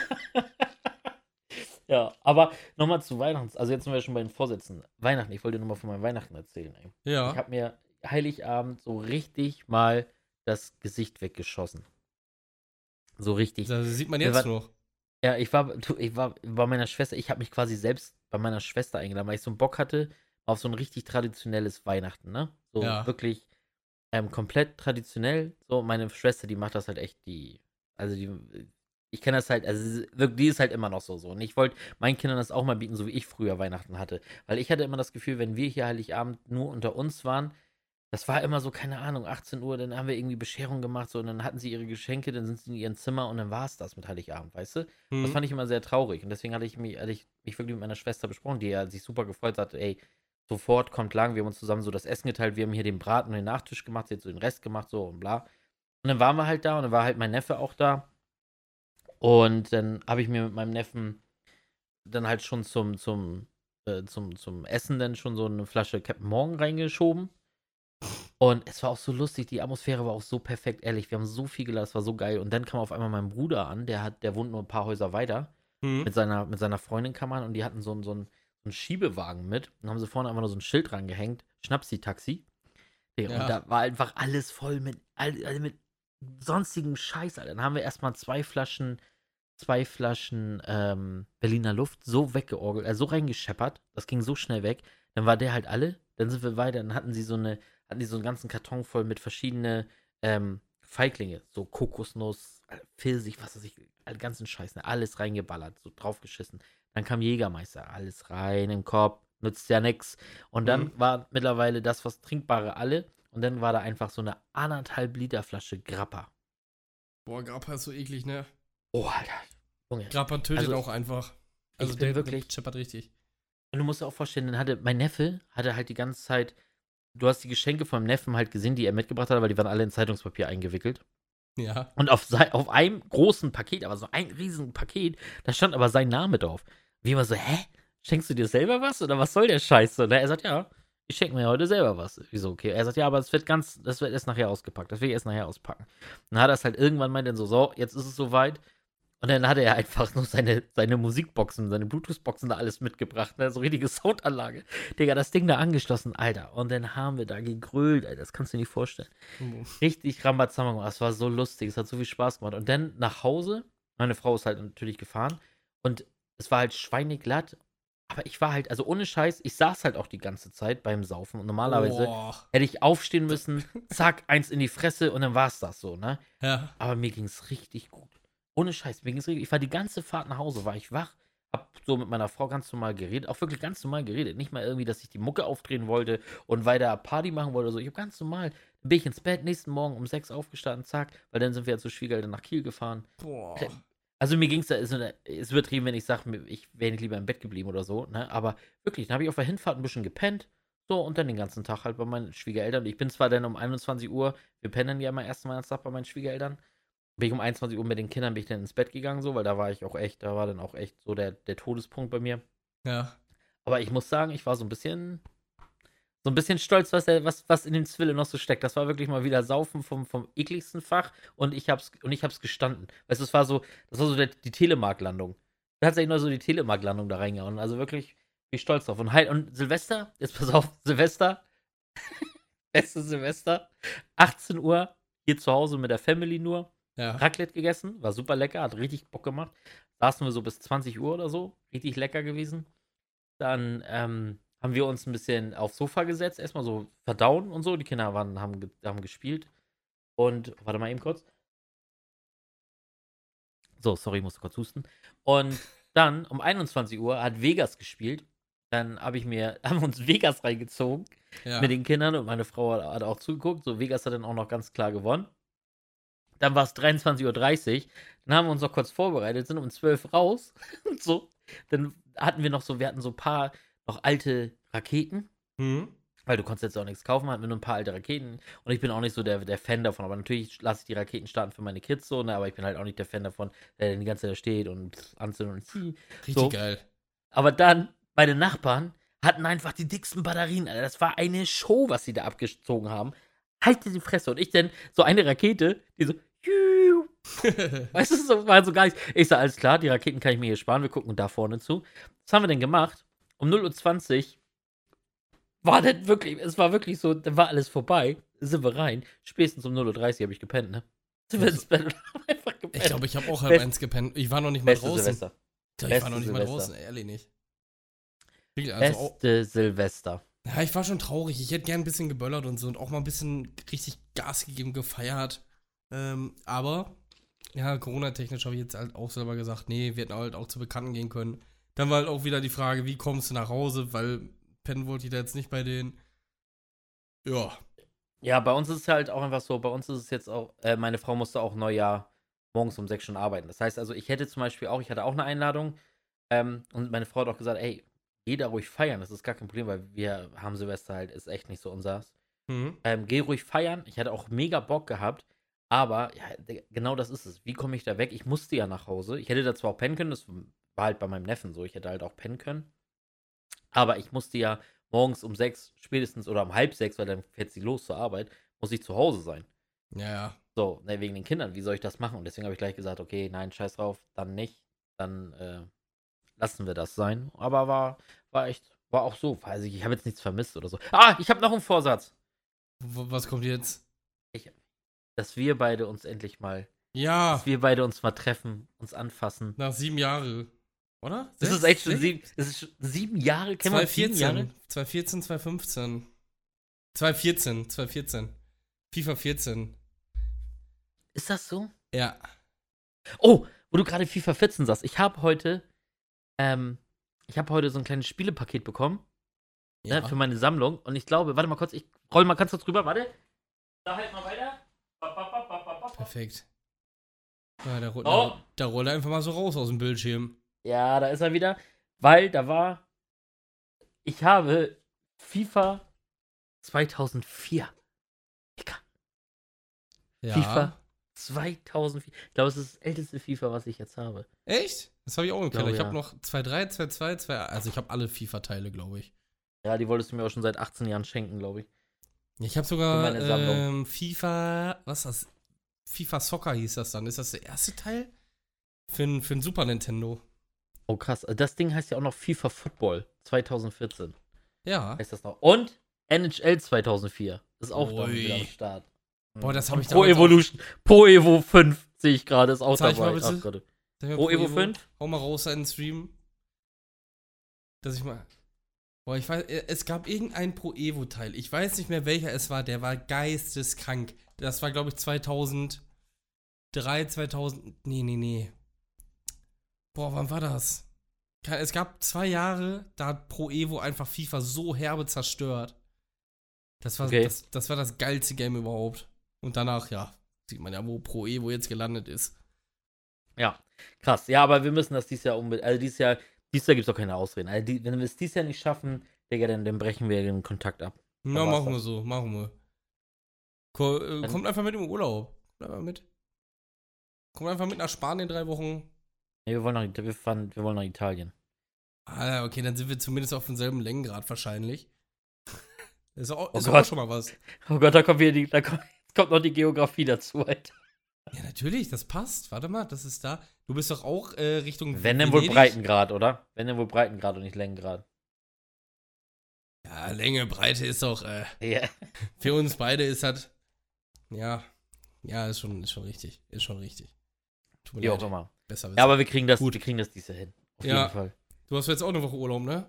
Ja, aber nochmal zu Weihnachten. Also jetzt sind wir schon bei den Vorsätzen. Weihnachten, ich wollte dir nochmal von meinem Weihnachten erzählen, ey. Ja. Ich habe mir Heiligabend so richtig mal das Gesicht weggeschossen. So richtig. Das sieht man jetzt noch. Ja, ich war bei meiner Schwester, ich habe mich quasi selbst bei meiner Schwester eingeladen, weil ich so einen Bock hatte auf so ein richtig traditionelles Weihnachten, ne? So wirklich komplett traditionell. So, meine Schwester, die macht das halt echt, also ich kenne das halt, also die ist halt immer noch so. Und ich wollte meinen Kindern das auch mal bieten, so wie ich früher Weihnachten hatte. Weil ich hatte immer das Gefühl, wenn wir hier Heiligabend nur unter uns waren, das war immer so, keine Ahnung, 18 Uhr, dann haben wir irgendwie Bescherung gemacht, so, und dann hatten sie ihre Geschenke, dann sind sie in ihrem Zimmer und dann war es das mit Heiligabend, weißt du? Das Mhm. fand ich immer sehr traurig. Und deswegen hatte ich mich wirklich mit meiner Schwester besprochen, die ja sich super gefreut hat, ey, sofort kommt lang, wir haben uns zusammen so das Essen geteilt, wir haben hier den Braten und den Nachtisch gemacht, sie hat so den Rest gemacht, so und bla. Und dann waren wir halt da und dann war halt mein Neffe auch da. Und dann habe ich mir mit meinem Neffen dann halt schon zum Essen dann schon so eine Flasche Captain Morgan reingeschoben. Und es war auch so lustig, die Atmosphäre war auch so perfekt, ehrlich. Wir haben so viel gelassen, es war so geil. Und dann kam auf einmal mein Bruder an, der wohnt nur ein paar Häuser weiter. Mhm. Mit seiner Freundin kam an und die hatten so einen Schiebewagen mit. Und haben sie vorne einfach nur so ein Schild rangehängt: Schnapsi-Taxi. Digga, und Ja. da war einfach alles voll mit sonstigem Scheiß, Alter. Dann haben wir erstmal zwei Flaschen Berliner Luft so weggeorgelt, also so reingescheppert. Das ging so schnell weg. Dann war der halt alle. Dann sind wir weiter. Dann hatten die so einen ganzen Karton voll mit verschiedene Feiglinge. So Kokosnuss, Pfirsich, was weiß ich, all ganzen Scheiß, ne? Alles reingeballert, so draufgeschissen. Dann kam Jägermeister, alles rein im Korb, nützt ja nix. Und dann Mhm. war mittlerweile das, was Trinkbare alle. Und dann war da einfach so eine 1,5 Liter Flasche Grappa. Boah, Grappa ist so eklig, ne? Oh, Alter. Junge. Grappa tötet Also, auch einfach. Also ich bin der wirklich. scheppert richtig. Und du musst dir auch vorstellen, mein Neffe hatte halt die ganze Zeit. Du hast die Geschenke vom Neffen halt gesehen, die er mitgebracht hat, weil die waren alle in Zeitungspapier eingewickelt. Ja. Und auf einem großen Paket, aber so ein riesen Paket, da stand aber sein Name drauf. Wie immer so: hä? Schenkst du dir selber was? Oder was soll der Scheiß? Und er sagt: ja, ich schenke mir heute selber was. Wieso, okay? Er sagt: ja, aber das wird erst nachher ausgepackt. Das will ich erst nachher auspacken. Und dann hat er es halt irgendwann meint dann so, jetzt ist es soweit. Und dann hatte er einfach nur seine Musikboxen, seine Bluetooth-Boxen da alles mitgebracht, ne? So richtige Soundanlage. Digga, das Ding da angeschlossen, Alter. Und dann haben wir da gegrölt, Alter. Das kannst du dir nicht vorstellen. Richtig Rambazamba gemacht. Das war so lustig. Es hat so viel Spaß gemacht. Und dann nach Hause. Meine Frau ist halt natürlich gefahren. Und es war halt schweineglatt. Aber ich war halt, also ohne Scheiß, ich saß halt auch die ganze Zeit beim Saufen. Und normalerweise Boah. hätte ich aufstehen müssen, zack, eins in die Fresse und dann war es das so, ne? Ja. Aber mir ging es richtig gut. Ohne Scheiß, mir ging's richtig. Ich war die ganze Fahrt nach Hause, war ich wach, hab so mit meiner Frau ganz normal geredet, auch wirklich ganz normal geredet. Nicht mal irgendwie, dass ich die Mucke aufdrehen wollte und weiter Party machen wollte oder so. Ich hab ganz normal, dann bin ich ins Bett, nächsten Morgen um 6 aufgestanden, zack, weil dann sind wir ja zu Schwiegereltern nach Kiel gefahren. Boah. Also mir ging's da, ist übertrieben, wenn ich sage, ich wäre nicht lieber im Bett geblieben oder so, ne? Aber wirklich, dann habe ich auf der Hinfahrt ein bisschen gepennt. So, und dann den ganzen Tag halt bei meinen Schwiegereltern. Ich bin zwar dann um 21 Uhr, wir pennen ja immer ersten Weihnachtstag bei meinen Schwiegereltern, bin ich um 21 Uhr mit den Kindern bin ich dann ins Bett gegangen, so, weil da war dann auch echt so der Todespunkt bei mir. Ja. Aber ich muss sagen, ich war so ein bisschen stolz, was in dem Zwille noch so steckt. Das war wirklich mal wieder Saufen vom ekligsten Fach und ich hab's gestanden. Weißt du, das war so die Telemark-Landung. Da hat sich nur so die Telemark-Landung da reingehauen. Also wirklich, bin ich stolz drauf. Und Silvester, jetzt pass auf, Silvester, letztes Silvester, 18 Uhr, hier zu Hause mit der Family nur. Ja. Raclette gegessen, war super lecker, hat richtig Bock gemacht. Saßen wir so bis 20 Uhr oder so, richtig lecker gewesen. Dann haben wir uns ein bisschen aufs Sofa gesetzt, erstmal so verdauen und so. Die Kinder haben gespielt. Und, warte mal eben kurz. So, sorry, ich musste kurz husten. Und dann um 21 Uhr hat Vegas gespielt. Dann haben wir uns Vegas reingezogen Ja. mit den Kindern und meine Frau hat auch zugeguckt. So, Vegas hat dann auch noch ganz klar gewonnen. Dann war es 23:30 Uhr. Dann haben wir uns noch kurz vorbereitet, sind um 12 Uhr raus. Und so. Dann wir hatten so ein paar noch alte Raketen. Mhm. Weil du konntest jetzt auch nichts kaufen, hatten wir nur ein paar alte Raketen. Und ich bin auch nicht so der Fan davon. Aber natürlich lasse ich die Raketen starten für meine Kids so, ne? Aber ich bin halt auch nicht der Fan davon, der die ganze Zeit da steht und anzündet und zieh. Richtig So. geil. Aber dann, meine Nachbarn hatten einfach die dicksten Batterien, Alter. Das war eine Show, was sie da abgezogen haben. Halt die Fresse. Und ich dann so eine Rakete, die so, juhu. Weißt du, so war so gar nichts. Ich sag, alles klar, die Raketen kann ich mir hier sparen, wir gucken da vorne zu. Was haben wir denn gemacht? Um 0:20 Uhr es war wirklich so, dann war alles vorbei, sind wir rein. Spätestens um 0:30 Uhr habe ich gepennt, ne? Sind wir ins Bett und haben einfach gepennt. Ich glaube, ich habe auch halb eins gepennt. Ich war noch nicht mal Beste draußen. Silvester. Ich war noch nicht mal Silvester. draußen, ehrlich nicht. Wirklich, also Beste Silvester. ja, ich war schon traurig. Ich hätte gern ein bisschen geböllert und so und auch mal ein bisschen richtig Gas gegeben, gefeiert. Aber, ja, Corona-technisch habe ich jetzt halt auch selber gesagt, nee, wir hätten halt auch zu Bekannten gehen können. Dann war halt auch wieder die Frage, wie kommst du nach Hause, weil pennen wollte ich da jetzt nicht bei denen. Ja. Ja, bei uns ist es halt auch einfach so, bei uns ist es jetzt auch, meine Frau musste auch Neujahr morgens um 6 schon arbeiten. Das heißt also, ich hätte zum Beispiel auch, ich hatte auch eine Einladung, und meine Frau hat auch gesagt, ey, geh da ruhig feiern, das ist gar kein Problem, weil wir haben Silvester halt, ist echt nicht so unseres. Mhm. Geh ruhig feiern, ich hatte auch mega Bock gehabt, aber ja, genau das ist es. Wie komme ich da weg? Ich musste ja nach Hause. Ich hätte da zwar auch pennen können, das war halt bei meinem Neffen so, ich hätte halt auch pennen können, aber ich musste ja morgens um 6 spätestens oder um halb 6, weil dann fährt sie los zur Arbeit, muss ich zu Hause sein. Ja, ja. So, ne, wegen den Kindern, wie soll ich das machen? Und deswegen habe ich gleich gesagt, okay, nein, scheiß drauf, dann nicht. Dann lassen wir das sein. Aber war echt, war auch so. Also ich habe jetzt nichts vermisst oder so. Ah, ich habe noch einen Vorsatz. Was kommt jetzt? Dass wir beide uns endlich mal, Ja, dass wir beide uns mal treffen, uns anfassen. nach 7 Jahren. Oder? Das ist echt schon 7 Jahre, kennen wir uns 7 Jahre? 2014, 2015. 2014. FIFA 14. Ist das so? Ja. Oh, wo du gerade FIFA 14 sagst. Ich habe heute so ein kleines Spielepaket bekommen, Ja. ne, für meine Sammlung. Und ich glaube, warte mal kurz, ich roll mal ganz kurz drüber, warte. Da halt mal weiter. Perfekt. Ja, Oh. da rollt er einfach mal so raus aus dem Bildschirm. Ja, da ist er wieder. Weil ich habe FIFA 2004. Digga, Ja. FIFA 2004. Ich glaube, es ist das älteste FIFA, was ich jetzt habe. Echt? Das habe ich auch im Keller. glaube, Ich habe ja. noch 2.3, 2.2, 2. Also ich habe alle FIFA-Teile, glaube ich. Ja, die wolltest du mir auch schon seit 18 Jahren schenken, glaube ich. Ich habe sogar Für meine Sammlung. FIFA, was ist das? FIFA Soccer hieß das dann. Ist das der erste Teil? Für ein Super Nintendo. Oh, krass. Das Ding heißt ja auch noch FIFA Football 2014. Ja. Heißt das noch. Und NHL 2004. Ist auch da Ui. wieder am Start. Boah, das habe ich Pro damals Evolution. Pro Evo 5 sehe ich gerade, ist auch Zeig mal dabei. bitte. Ach Gott. Sag mir Pro Evo 5? Hau mal raus einen Stream. Dass ich mal. Boah, ich weiß, es gab irgendeinen Pro Evo-Teil. Ich weiß nicht mehr, welcher es war. Der war geisteskrank. Das war, glaube ich, 2003, 2000. Nee. Boah, wann war das? Es gab 2 Jahre, da hat Pro Evo einfach FIFA so herbe zerstört. Das war, Okay. das war das geilste Game überhaupt. Und danach, ja, sieht man ja, wo Pro Evo jetzt gelandet ist. Ja, krass. Ja, aber wir müssen das dieses Jahr unbedingt. Also dieses Jahr gibt es doch keine Ausreden. Also wenn wir es dieses Jahr nicht schaffen, Digga, dann brechen wir den Kontakt ab. Na, war's machen wir das. so, machen wir. Dann- Kommt einfach mit im Urlaub. Bleib mal mit. Kommt einfach mit nach Spanien 3 Wochen. Nee, wir wollen nach Italien. Ah, okay, dann sind wir zumindest auf demselben Längengrad wahrscheinlich. Ist auch, Oh ist Gott. auch schon mal was. Oh Gott, da kommt wieder jetzt kommt noch die Geografie dazu, Alter. Ja, natürlich, das passt. Warte mal, das ist da. Du bist doch auch Richtung Wenn denn wohl Venedig? Breitengrad, oder? Wenn denn wohl Breitengrad und nicht Längengrad. Ja, Länge, Breite ist doch, Ja. für uns beide ist das, ja, ist schon richtig. Ist schon richtig. Tut mir Wie auch leid. immer. Besser wissen. Ja, aber wir kriegen das Gut. dieses Jahr hin. Auf Ja. jeden Fall. Du hast jetzt auch eine Woche Urlaub, ne?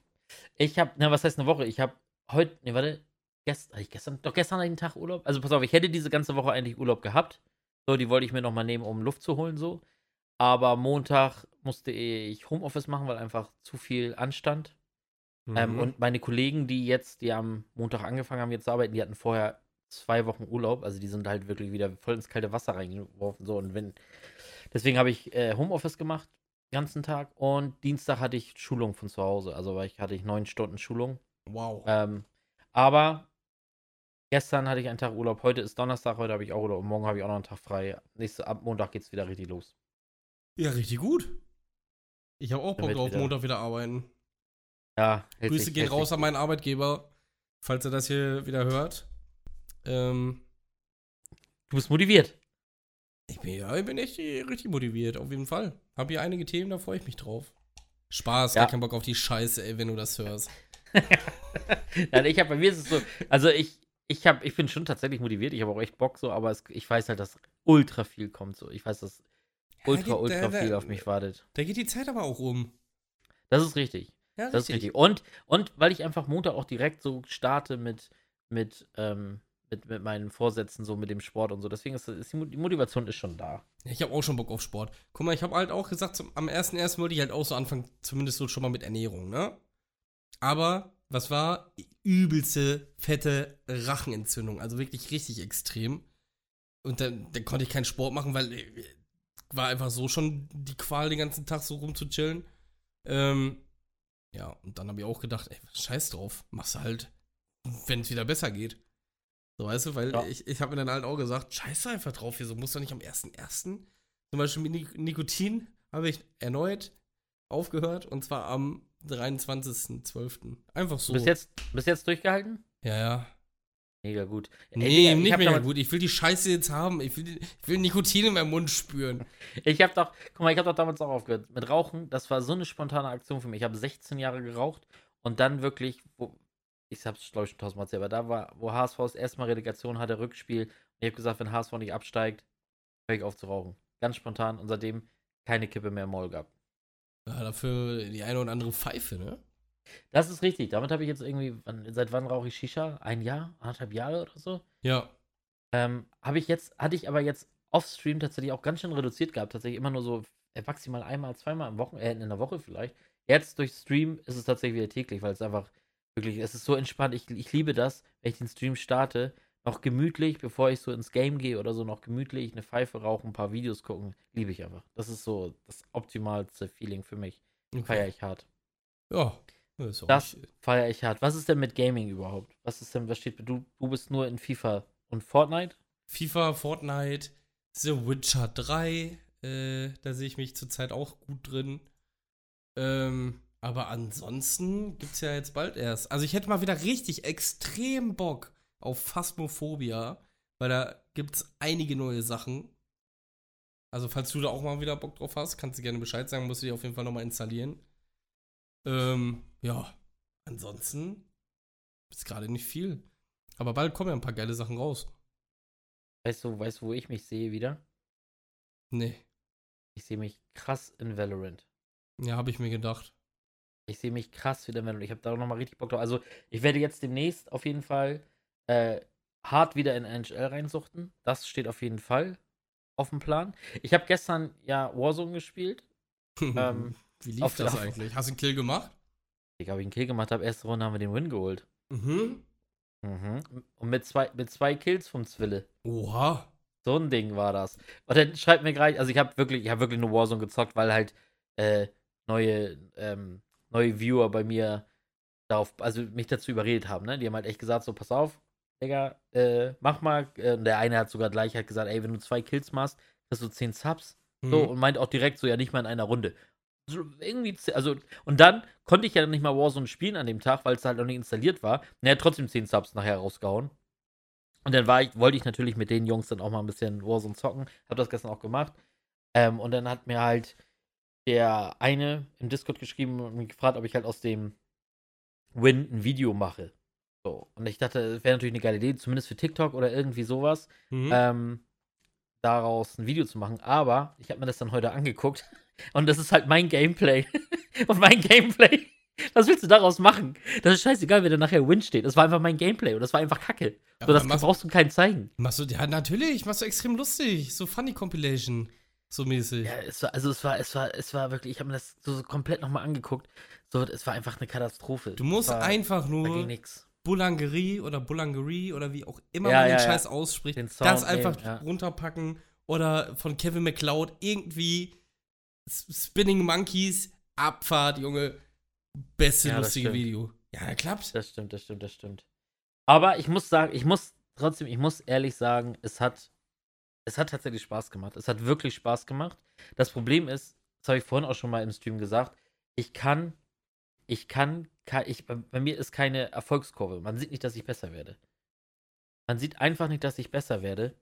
Was heißt eine Woche? Ich habe heute, nee, warte, gestern hatte ich einen Tag Urlaub. Also pass auf, ich hätte diese ganze Woche eigentlich Urlaub gehabt. So, die wollte ich mir nochmal nehmen, um Luft zu holen, so. Aber Montag musste ich Homeoffice machen, weil einfach zu viel anstand. Und meine Kollegen, die am Montag angefangen haben, jetzt zu arbeiten, die hatten vorher 2 Wochen Urlaub. Also die sind halt wirklich wieder voll ins kalte Wasser reingeworfen. So. Deswegen habe ich Homeoffice gemacht, den ganzen Tag. Und Dienstag hatte ich Schulung von zu Hause. Also hatte ich 9 Stunden Schulung. Wow. Aber gestern hatte ich einen Tag Urlaub. Heute ist Donnerstag, heute habe ich auch Urlaub. Und morgen habe ich auch noch einen Tag frei. Ab Montag geht es wieder richtig los. Ja, richtig gut. Ich habe auch Bock Damit drauf, wieder- Montag wieder arbeiten. Ja, Grüße gehen raus an meinen Arbeitgeber, falls er das hier wieder hört. Du bist motiviert. Ich bin echt richtig motiviert, auf jeden Fall. Hab hier einige Themen, da freue ich mich drauf. Spaß, Ja. gar keinen Bock auf die Scheiße, ey, wenn du das hörst. Nein, bei mir ist es so, also ich bin schon tatsächlich motiviert, ich habe auch echt Bock so, aber ich weiß halt, dass ultra viel kommt so. Ich weiß, dass ultra viel auf mich wartet. Da geht die Zeit aber auch um. Das ist richtig. Ja, Das ist richtig. Und weil ich einfach Montag auch direkt so starte mit mit meinen Vorsätzen, so mit dem Sport und so. Deswegen die Motivation ist schon da. Ja, ich habe auch schon Bock auf Sport. Guck mal, ich habe halt auch gesagt, am 1.1. wollte ich halt auch so anfangen, zumindest so schon mal mit Ernährung, ne? Aber, was war? Übelste, fette Rachenentzündung. Also wirklich richtig extrem. Und dann konnte ich keinen Sport machen, weil war einfach so schon die Qual, den ganzen Tag so rumzuchillen. Ja, und dann habe ich auch gedacht, ey, scheiß drauf, mach's halt, wenn es wieder besser geht. So, weißt du, weil ich habe mir dann halt auch gesagt, scheiß einfach drauf, hier, so muss doch nicht am 1.1. Zum Beispiel mit Nikotin habe ich erneut aufgehört und zwar am 23.12. Einfach so. Bis jetzt durchgehalten? Ja. Mega gut. Nee, nicht mega gut. Ich will die Scheiße jetzt haben. Ich will Nikotin in meinem Mund spüren. Ich habe doch damals auch aufgehört. Mit Rauchen, das war so eine spontane Aktion für mich. Ich habe 16 Jahre geraucht und dann wirklich, ich hab's glaube ich schon tausendmal erzählt, aber da war, wo HSV das erste Mal Relegation hatte, Rückspiel. Und ich habe gesagt, wenn HSV nicht absteigt, höre ich auf zu rauchen. Ganz spontan und seitdem keine Kippe mehr im Maul gehabt. Ja, dafür die eine oder andere Pfeife, ne? Das ist richtig. Damit habe ich jetzt irgendwie, seit wann rauche ich Shisha? 1 Jahr? 1,5 Jahre oder so? Ja. Hatte ich aber jetzt off-Stream tatsächlich auch ganz schön reduziert gehabt. Tatsächlich immer nur so maximal einmal, zweimal in der Woche vielleicht. Jetzt durch Stream ist es tatsächlich wieder täglich, weil es einfach wirklich, es ist so entspannt. Ich liebe das, wenn ich den Stream starte, noch gemütlich, bevor ich so ins Game gehe oder so, noch gemütlich eine Pfeife rauchen, ein paar Videos gucken. Liebe ich einfach. Das ist so das optimalste Feeling für mich. Okay. Feiere ich hart. Ja. Das feiere ich hart. Was ist denn mit Gaming überhaupt? Was steht du bist nur in FIFA und Fortnite? FIFA, Fortnite, The Witcher 3, da sehe ich mich zurzeit auch gut drin. Aber ansonsten gibt's ja jetzt bald erst. Also ich hätte mal wieder richtig extrem Bock auf Phasmophobia, weil da gibt's einige neue Sachen. Also falls du da auch mal wieder Bock drauf hast, kannst du gerne Bescheid sagen, musst du die auf jeden Fall nochmal installieren. Ja, ansonsten ist gerade nicht viel. Aber bald kommen ja ein paar geile Sachen raus. Weißt du, wo ich mich sehe wieder? Nee. Ich sehe mich krass in Valorant. Ja, habe ich mir gedacht. Ich sehe mich krass wieder in Valorant. Ich habe da nochmal richtig Bock drauf. Also, ich werde jetzt demnächst auf jeden Fall hart wieder in NHL reinsuchten. Das steht auf jeden Fall auf dem Plan. Ich habe gestern ja Warzone gespielt. Wie lief das eigentlich? Hast du einen Kill gemacht? Ich habe einen Kill gemacht, erste Runde haben wir den Win geholt. Mhm. Und mit zwei Kills vom Zwille. Oha. So ein Ding war das. Und dann schreibt mir gleich, also ich habe wirklich nur Warzone gezockt, weil halt neue Viewer bei mir mich dazu überredet haben, ne? Die haben halt echt gesagt, so, pass auf, Digga, mach mal. Der eine hat sogar gleich halt gesagt, ey, wenn du 2 Kills machst, kriegst du 10 Subs. So, und meint auch direkt so, ja, nicht mal in einer Runde. So, irgendwie, also, und dann konnte ich ja nicht mal Warzone spielen an dem Tag, weil es halt noch nicht installiert war. Und er hat trotzdem 10 Subs nachher rausgehauen. Und dann wollte ich natürlich mit den Jungs dann auch mal ein bisschen Warzone zocken. Hab das gestern auch gemacht. Und dann hat mir halt der eine im Discord geschrieben und mich gefragt, ob ich halt aus dem Win ein Video mache. So. Und ich dachte, das wäre natürlich eine geile Idee, zumindest für TikTok oder irgendwie sowas, daraus ein Video zu machen. Aber ich habe mir das dann heute angeguckt und das ist halt mein Gameplay. Und mein Gameplay, was willst du daraus machen? Das ist scheißegal, wenn da nachher Win steht. Das war einfach mein Gameplay und das war einfach Kacke. Ja, so, das brauchst du keinen zeigen. Ja, natürlich, machst du extrem lustig. So Funny Compilation. So mäßig. Ja, es war wirklich, ich habe mir das so komplett nochmal angeguckt. So, es war einfach eine Katastrophe. Du musst einfach nur Boulangerie oder wie auch immer man den Scheiß ausspricht, das einfach runterpacken oder von Kevin MacLeod irgendwie Spinning Monkeys, Abfahrt, Junge, beste lustige Video. Ja, klappt. Das stimmt. Aber ich muss ehrlich sagen, es hat tatsächlich Spaß gemacht. Es hat wirklich Spaß gemacht. Das Problem ist, das habe ich vorhin auch schon mal im Stream gesagt, bei mir ist keine Erfolgskurve. Man sieht nicht, dass ich besser werde. Man sieht einfach nicht, dass ich besser werde.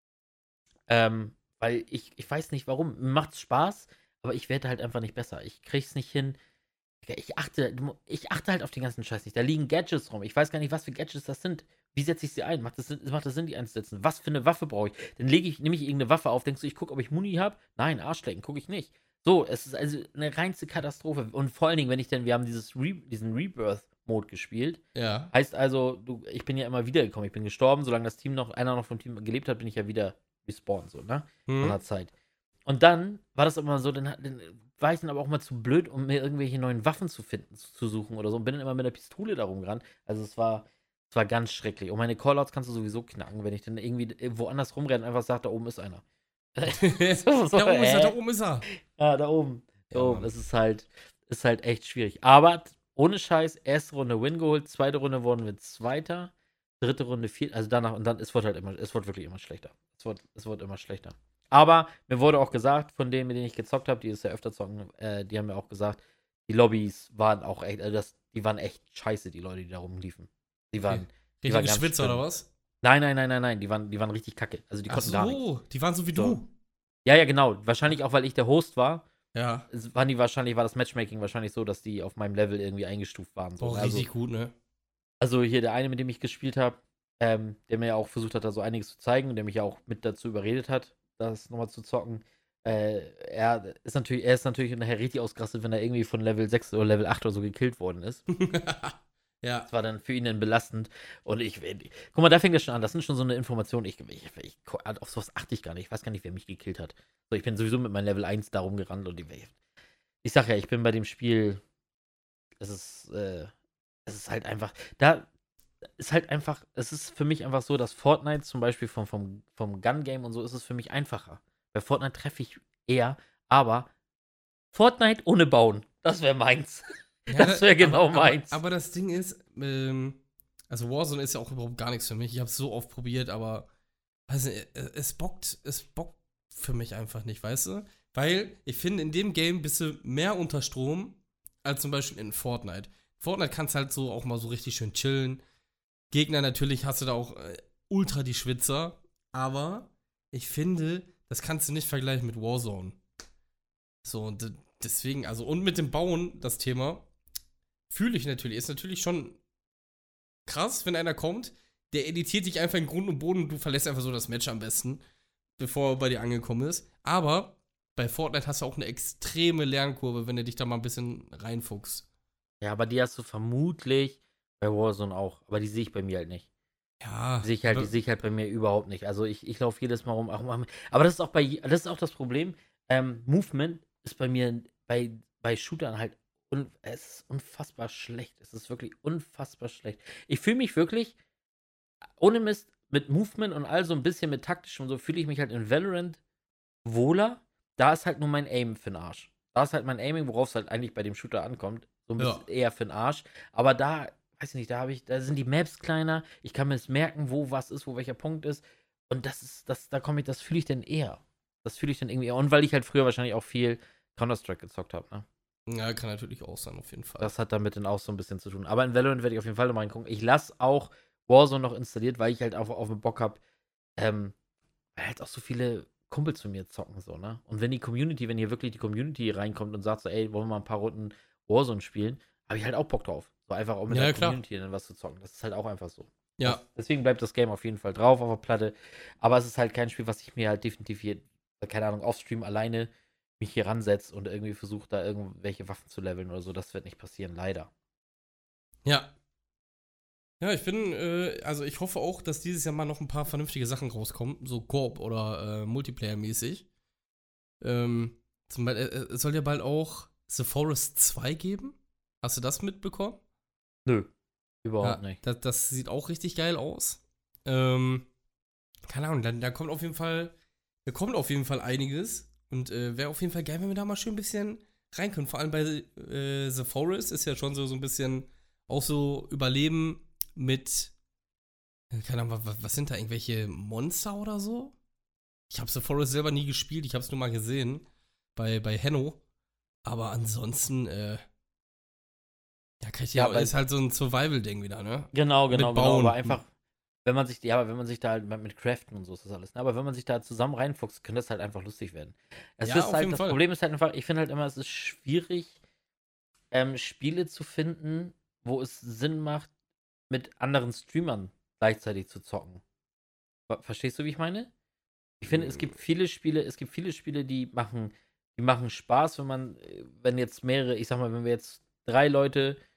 Weil ich weiß nicht warum. Mir macht's Spaß, aber ich werde halt einfach nicht besser. Ich krieg's nicht hin. Ich achte halt auf den ganzen Scheiß nicht. Da liegen Gadgets rum. Ich weiß gar nicht, was für Gadgets das sind. Wie setze ich sie ein? Macht das Sinn, die einzusetzen? Was für eine Waffe brauche ich? Dann nehme ich irgendeine Waffe auf. Denkst du, ich gucke, ob ich Muni habe? Nein, Arschlecken, gucke ich nicht. So, es ist also eine reinste Katastrophe. Und vor allen Dingen, wenn ich dann, wir haben diesen Rebirth Mode gespielt. Ja. Heißt also, ich bin ja immer wiedergekommen. Ich bin gestorben, solange einer noch vom Team gelebt hat, bin ich ja wieder respawned, so, ne? Von der Zeit. Und dann war das immer so, dann war ich dann aber auch mal zu blöd, um mir irgendwelche neuen Waffen zu suchen oder so. Und bin dann immer mit der Pistole da rumgerannt. Also es war ganz schrecklich. Und meine Callouts kannst du sowieso knacken, wenn ich dann irgendwie woanders rumrenne und einfach sage, da oben ist einer. Da oben ist er, da oben ist er. Ja, da oben. Da Ja, oben. Mann. Es ist halt echt schwierig. Aber ohne Scheiß, erste Runde Win geholt, zweite Runde wurden wir Zweiter, dritte Runde Vierter, also danach, und dann, es wird wirklich immer schlechter. Es wird immer schlechter. Aber mir wurde auch gesagt, von denen, mit denen ich gezockt habe, die es ja öfter zocken, die haben mir auch gesagt, die Lobbys waren auch echt, die waren echt scheiße, die Leute, die da rumliefen. Die waren Richtige ganz Schwitzer schlimm. oder was? Nein, die waren richtig kacke. Also die konnten gar nichts. Die waren so wie So. du. Ja, genau. Wahrscheinlich auch, weil ich der Host war. Ja. War das Matchmaking wahrscheinlich so, dass die auf meinem Level irgendwie eingestuft waren. So. Richtig gut, ne? Also hier der eine, mit dem ich gespielt habe, der mir ja auch versucht hat, da so einiges zu zeigen und der mich ja auch mit dazu überredet hat, das nochmal zu zocken. Er ist natürlich nachher richtig ausgerastet, wenn er irgendwie von Level 6 oder Level 8 oder so gekillt worden ist. Ja. Das war dann für ihn dann belastend. Und guck mal, da fängt das schon an. Das sind schon so eine Information. Auf sowas achte ich gar nicht. Ich weiß gar nicht, wer mich gekillt hat. So, ich bin sowieso mit meinem Level 1 darum gerannt und ich sag ja, ich bin bei dem Spiel, es ist halt einfach, es ist für mich einfach so, dass Fortnite zum Beispiel vom Gun-Game und so ist es für mich einfacher. Bei Fortnite treffe ich eher, aber Fortnite ohne Bauen, das wäre meins. Ja, das wäre genau meins. Aber das Ding ist, also Warzone ist ja auch überhaupt gar nichts für mich. Ich habe es so oft probiert, aber also, es bockt für mich einfach nicht, weißt du? Weil ich finde, in dem Game bist du mehr unter Strom als zum Beispiel in Fortnite. Fortnite kannst halt so auch mal so richtig schön chillen. Gegner natürlich hast du da auch ultra die Schwitzer, aber ich finde, das kannst du nicht vergleichen mit Warzone. So, und deswegen, also, und mit dem Bauen, das Thema, fühle ich natürlich, ist natürlich schon krass, wenn einer kommt, der editiert dich einfach in Grund und Boden und du verlässt einfach so das Match am besten, bevor er bei dir angekommen ist. Aber bei Fortnite hast du auch eine extreme Lernkurve, wenn du dich da mal ein bisschen reinfuchst. Ja, aber die hast du vermutlich bei Warzone auch. Aber die sehe ich bei mir halt nicht. Ja. Die sehe ich halt bei mir überhaupt nicht. Also ich laufe jedes Mal rum. Aber das ist auch das Problem. Movement ist bei mir bei Shootern halt es ist unfassbar schlecht. Es ist wirklich unfassbar schlecht. Ich fühle mich wirklich, ohne Mist, mit Movement und all so ein bisschen mit taktisch und so, fühle ich mich halt in Valorant wohler. Da ist halt nur mein Aim für den Arsch. Da ist halt mein Aiming, worauf es halt eigentlich bei dem Shooter ankommt. So ein bisschen eher für den Arsch. Aber da, weiß ich nicht, da sind die Maps kleiner. Ich kann mir es merken, wo was ist, wo welcher Punkt ist. Und das fühle ich dann eher. Das fühle ich dann irgendwie eher. Und weil ich halt früher wahrscheinlich auch viel Counter-Strike gezockt habe, ne? Ja, kann natürlich auch sein, auf jeden Fall. Das hat damit dann auch so ein bisschen zu tun. Aber in Valorant werde ich auf jeden Fall nochmal reingucken. Ich lasse auch Warzone noch installiert, weil ich halt auch auf den Bock habe, weil halt auch so viele Kumpels von mir zocken, so, ne? Und wenn hier wirklich die Community reinkommt und sagt so, ey, wollen wir mal ein paar Runden Warzone spielen, habe ich halt auch Bock drauf. So einfach auch mit der Community dann was zu zocken. Das ist halt auch einfach so. Ja. Deswegen bleibt das Game auf jeden Fall drauf auf der Platte. Aber es ist halt kein Spiel, was ich mir halt definitiv hier, keine Ahnung, offstream alleine mich hier ransetzt und irgendwie versucht, da irgendwelche Waffen zu leveln oder so. Das wird nicht passieren, leider. Ja. Ja, also ich hoffe auch, dass dieses Jahr mal noch ein paar vernünftige Sachen rauskommen, so Koop oder Multiplayer-mäßig. Es soll ja bald auch The Forest 2 geben. Hast du das mitbekommen? Nö, überhaupt nicht. Das sieht auch richtig geil aus. Keine Ahnung, da kommt auf jeden Fall einiges. Und wäre auf jeden Fall geil, wenn wir da mal schön ein bisschen rein können. Vor allem bei The Forest ist ja schon so ein bisschen auch so Überleben mit, keine Ahnung, was sind da, irgendwelche Monster oder so? Ich habe The Forest selber nie gespielt, ich habe es nur mal gesehen bei Henno. Aber ansonsten, ist halt so ein Survival-Ding wieder, ne? Genau. Bauen. Aber einfach, wenn man sich da halt mit Craften und so ist das alles, ne? Aber wenn man sich da zusammen reinfuchst, könnte das halt einfach lustig werden. Das Problem ist halt einfach, ich finde halt immer, es ist schwierig, Spiele zu finden, wo es Sinn macht, mit anderen Streamern gleichzeitig zu zocken. Verstehst du, wie ich meine? Ich finde, es gibt viele Spiele, die machen Spaß, wenn jetzt mehrere, ich sag mal, wenn wir jetzt 3 Leute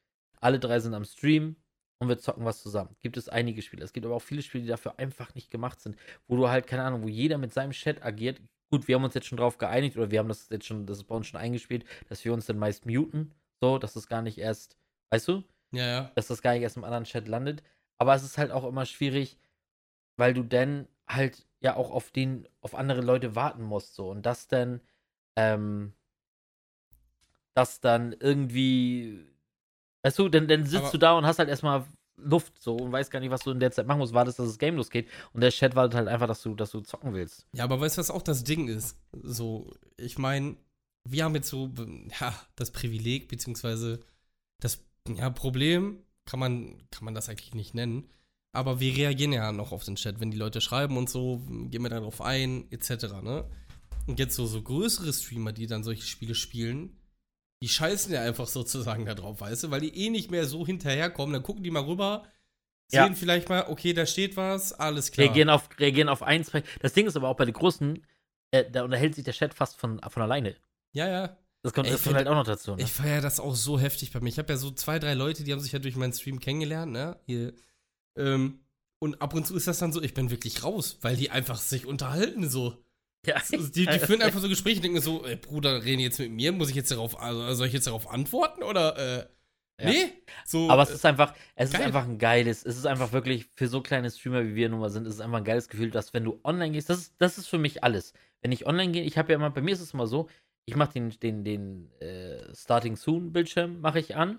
alle 3 sind am Stream und wir zocken was zusammen. Gibt es einige Spiele. Es gibt aber auch viele Spiele, die dafür einfach nicht gemacht sind, wo du halt, keine Ahnung, wo jeder mit seinem Chat agiert. Gut, wir haben uns jetzt schon drauf geeinigt oder wir haben das jetzt schon, das ist bei uns schon eingespielt, dass wir uns dann meist muten, so, dass es gar nicht erst, weißt du, Ja, ja. dass das gar nicht erst im anderen Chat landet. Aber es ist halt auch immer schwierig, weil du dann halt ja auch auf andere Leute warten musst, so. Und ähm, das dann irgendwie, weißt du, dann sitzt Aber, du da und hast halt erstmal Luft, so, und weißt gar nicht, was du in der Zeit machen musst, wartest, dass das Game losgeht. Und der Chat wartet halt einfach, dass du zocken willst. ja, aber weißt du, was auch das Ding ist? So, ich meine, wir haben jetzt so, ja, das Privileg, beziehungsweise das, ja, Problem, kann man das eigentlich nicht nennen. Aber wir reagieren ja noch auf den Chat, wenn die Leute schreiben und so, gehen wir darauf ein, etc., ne? Und jetzt so größere Streamer, die dann solche Spiele spielen, die scheißen ja einfach sozusagen da drauf, weißt du? Weil die eh nicht mehr so hinterherkommen, dann gucken die mal rüber, Ja. sehen vielleicht mal, okay, da steht was, alles klar. Reagieren auf ein, zwei. Das Ding ist aber auch bei den Großen, da unterhält sich der Chat fast von alleine. Ja, ja. Das kommt, Ey, das kommt halt auch noch dazu, ne? Ich feiere das auch so heftig bei mir. Ich habe ja so 2, 3 Leute, die haben sich ja durch meinen Stream kennengelernt, ne? Hier, und ab und zu ist das dann so, ich bin wirklich raus, weil die einfach sich unterhalten so. Ja. Die führen einfach so Gespräche und denken so, ey, Bruder, reden jetzt mit mir? Muss ich jetzt soll ich jetzt darauf antworten oder, Ja. nee? So, Aber es ist einfach geil. ein geiles, es ist einfach wirklich für so kleine Streamer, wie wir nun mal sind, ist es einfach ein geiles Gefühl, dass wenn du online gehst, das ist für mich alles. Wenn ich online gehe, ich habe ja immer, bei mir ist es immer so, ich mache den Starting Soon Bildschirm mache ich an.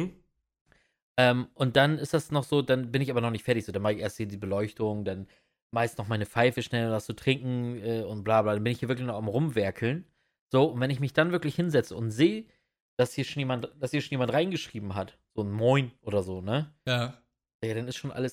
Und dann ist das noch so, dann bin ich aber noch nicht fertig. So, dann mache ich erst hier die Beleuchtung, dann meist noch meine Pfeife schnell was zu trinken und bla bla. Dann bin ich hier wirklich noch am Rumwerkeln. So, und wenn ich mich dann wirklich hinsetze und sehe, dass hier schon jemand reingeschrieben hat, so ein Moin oder so, ne? Ja. Ja, dann ist schon alles,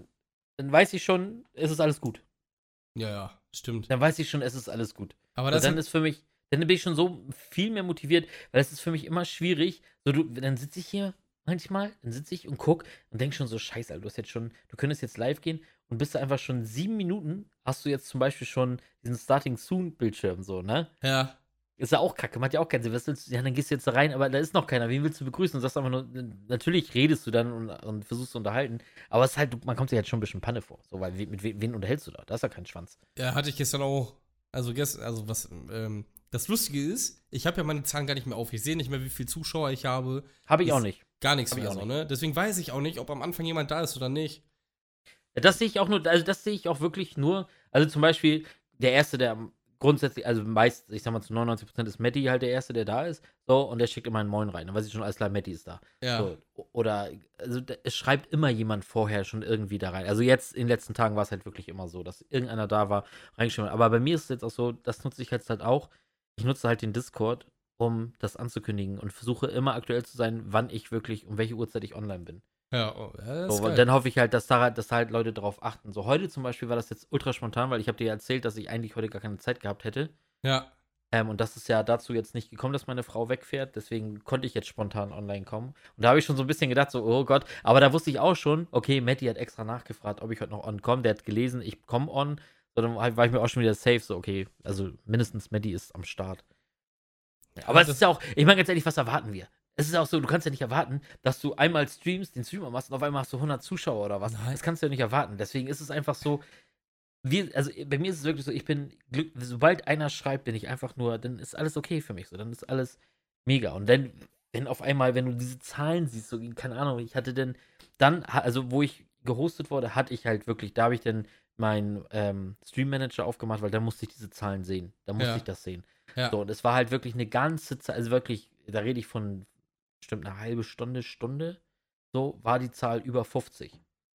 dann weiß ich schon, es ist alles gut. Ja, ja, stimmt. Dann weiß ich schon, es ist alles gut. Aber So, das dann ist für mich, dann bin ich schon so viel mehr motiviert, weil es ist für mich immer schwierig. So, dann sitze ich hier manchmal, dann sitze ich und guck und denk schon so, scheiße, Alter, du könntest jetzt live gehen und bist da einfach schon 7 Minuten, hast du jetzt zum Beispiel schon diesen Starting Soon Bildschirm, so, ne? ja. Ist ja auch kacke, macht ja auch keinen Sinn. Was willst du, ja, dann gehst du jetzt da rein, aber da ist noch keiner. Wen willst du begrüßen? Und sagst einfach nur, natürlich redest du dann und versuchst zu unterhalten, aber es ist halt, man kommt sich halt schon ein bisschen Panne vor. So, weil wen unterhältst du da? Da ist ja kein Schwanz. Ja, hatte ich gestern auch. Also was, das Lustige ist, ich habe ja meine Zahlen gar nicht mehr auf. Ich sehe nicht mehr, wie viele Zuschauer ich habe. Habe ich auch nicht. Gar nichts Hab ich mehr auch so, nicht. ne? Deswegen weiß ich auch nicht, ob am Anfang jemand da ist oder nicht. Ja, das sehe ich auch nur, also das sehe ich auch wirklich nur, also zum Beispiel der Erste, der grundsätzlich, also meist, ich sag mal zu 99% ist Matti halt der Erste, der da ist, so, und der schickt immer einen Moin rein, dann weiß ich schon, alles klar, Matti ist da. Ja. So, oder, also es schreibt immer jemand vorher schon irgendwie da rein. Also jetzt, in den letzten Tagen war es halt wirklich immer so, dass irgendeiner da war, reingeschrieben hat. Aber bei mir ist es jetzt auch so, das nutze ich jetzt halt auch, ich nutze halt den Discord, um das anzukündigen und versuche immer aktuell zu sein, wann ich wirklich, um welche Uhrzeit ich online bin. Ja, oh, ja, das ist So, geil. dann hoffe ich halt, dass halt Leute darauf achten. So, heute zum Beispiel war das jetzt ultra spontan, weil ich habe dir ja erzählt, dass ich eigentlich heute gar keine Zeit gehabt hätte. Ja. Und das ist ja dazu jetzt nicht gekommen, dass meine Frau wegfährt. Deswegen konnte ich jetzt spontan online kommen. Und da habe ich schon so ein bisschen gedacht, so, oh Gott. Aber da wusste ich auch schon, okay, Matti hat extra nachgefragt, ob ich heute noch on komme. Der hat gelesen, ich komme on. So, dann war ich mir auch schon wieder safe. So, okay, also mindestens Matti ist am Start. Ja, aber es ist ja auch, ich meine ganz ehrlich, was erwarten wir? Es ist auch so, du kannst ja nicht erwarten, dass du einmal streamst, den Streamer machst und auf einmal hast du 100 Zuschauer oder was. Nein. Das kannst du ja nicht erwarten. Deswegen ist es einfach so, also bei mir ist es wirklich so, ich bin sobald einer schreibt, bin ich einfach nur, dann ist alles okay für mich so, dann ist alles mega. Und wenn auf einmal, wenn du diese Zahlen siehst, so, keine Ahnung, ich hatte also wo ich gehostet wurde, hatte ich halt wirklich, da habe ich dann meinen Stream Manager aufgemacht, weil da musste ich diese Zahlen sehen. Da musste Ja. ich das sehen. Ja. So, und es war halt wirklich eine ganze Zeit, also wirklich, da rede ich von bestimmt eine halbe Stunde, so war die Zahl über 50.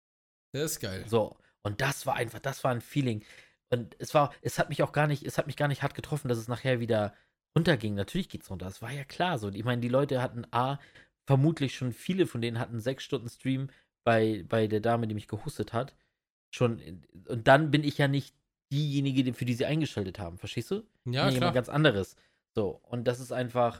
Das ist geil. So, und das war ein Feeling. Und es hat mich gar nicht hart getroffen, dass es nachher wieder runterging. Natürlich geht's runter, das war ja klar so. Ich meine, die Leute hatten vermutlich schon viele von denen hatten 6 Stunden Stream bei der Dame, die mich gehostet hat. Schon, und dann bin ich ja nicht diejenige, für die sie eingeschaltet haben, verstehst du? Ja, klar. Jemand ganz anderes. So, und das ist einfach,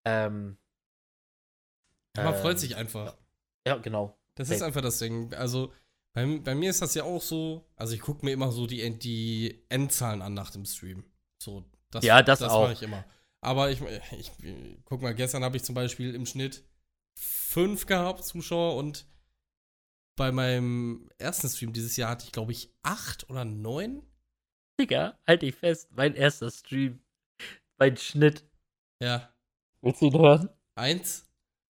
Man freut sich einfach. Ja, genau. Das ist einfach das Ding. Also, bei mir ist das ja auch so, also ich gucke mir immer so die Endzahlen an nach dem Stream. So, das auch. mache ich immer. Aber ich guck mal, gestern habe ich zum Beispiel im Schnitt 5 gehabt, Zuschauer, und bei meinem ersten Stream dieses Jahr hatte ich, glaube ich, 8 oder 9. Digga, halt dich fest, mein erster Stream, mein Schnitt. Ja. Willst du ihn hören? 1?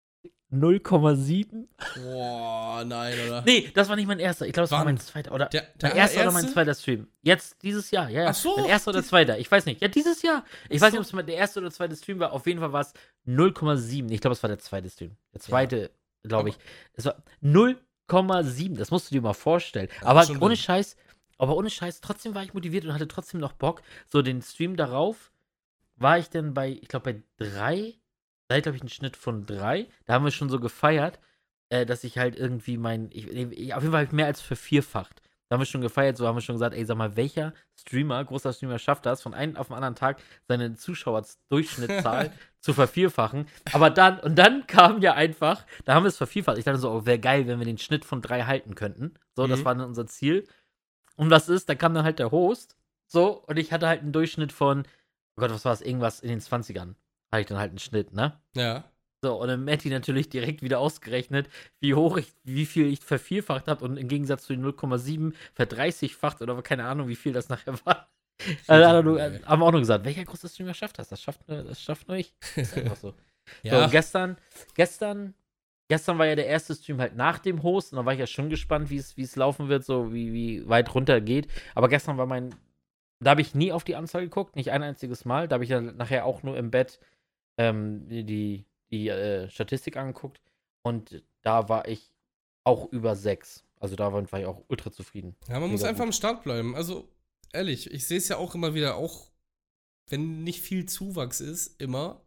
0,7? Boah, nein, oder? Nee, das war nicht mein erster. Ich glaube, es war Wann? mein zweiter. Oder Der mein erster oder mein allererste? zweiter Stream. Jetzt, dieses Jahr, ja. Ach so. Mein erster oder zweiter. Ich weiß nicht. Ja, dieses Jahr. Ich Ach weiß so. nicht, ob es der erste oder zweite Stream war. Auf jeden Fall war es 0,7. Ich glaube, es war der zweite Stream. Der zweite, glaube ich. Es war 0,7. Das musst du dir mal vorstellen. Ja, Aber schon ohne wild. Scheiß, trotzdem war ich motiviert und hatte trotzdem noch Bock. So, den Stream darauf war ich dann ich glaube, bei 3. Da hatte ich, glaube ich, einen Schnitt von 3. Da haben wir schon so gefeiert, dass ich halt irgendwie auf jeden Fall habe ich mehr als vervierfacht. Da haben wir schon gefeiert, so haben wir schon gesagt, ey, sag mal, welcher großer Streamer schafft das, von einem auf den anderen Tag seine Zuschauerdurchschnittszahl zu vervierfachen. Aber dann kam ja einfach, da haben wir es vervierfacht. Ich dachte so, oh, wäre geil, wenn wir den Schnitt von 3 halten könnten. So, das war dann unser Ziel. Und was ist, da kam dann halt der Host, so, und ich hatte halt einen Durchschnitt von, oh Gott, was war es, irgendwas in den 20ern. Hatte ich dann halt einen Schnitt, ne? Ja. So, und dann Matti natürlich direkt wieder ausgerechnet, wie viel ich vervierfacht habe und im Gegensatz zu den 0,7 verdreißigfacht oder keine Ahnung, wie viel das nachher war. Haben wir auch nur gesagt, welcher große Streamer schafft das? Das schafft nur ich. Das ist einfach so. Ja. So, und gestern war ja der erste Stream halt nach dem Host und da war ich ja schon gespannt, wie es laufen wird, so wie weit runter geht. Aber gestern war da habe ich nie auf die Anzahl geguckt, nicht ein einziges Mal. Da habe ich dann nachher auch nur im Bett die Statistik angeguckt und da war ich auch über 6. Also da war ich auch ultra zufrieden. Ja, man muss Mega einfach gut. am Start bleiben. Also, ehrlich, ich sehe es ja auch immer wieder, auch wenn nicht viel Zuwachs ist, immer.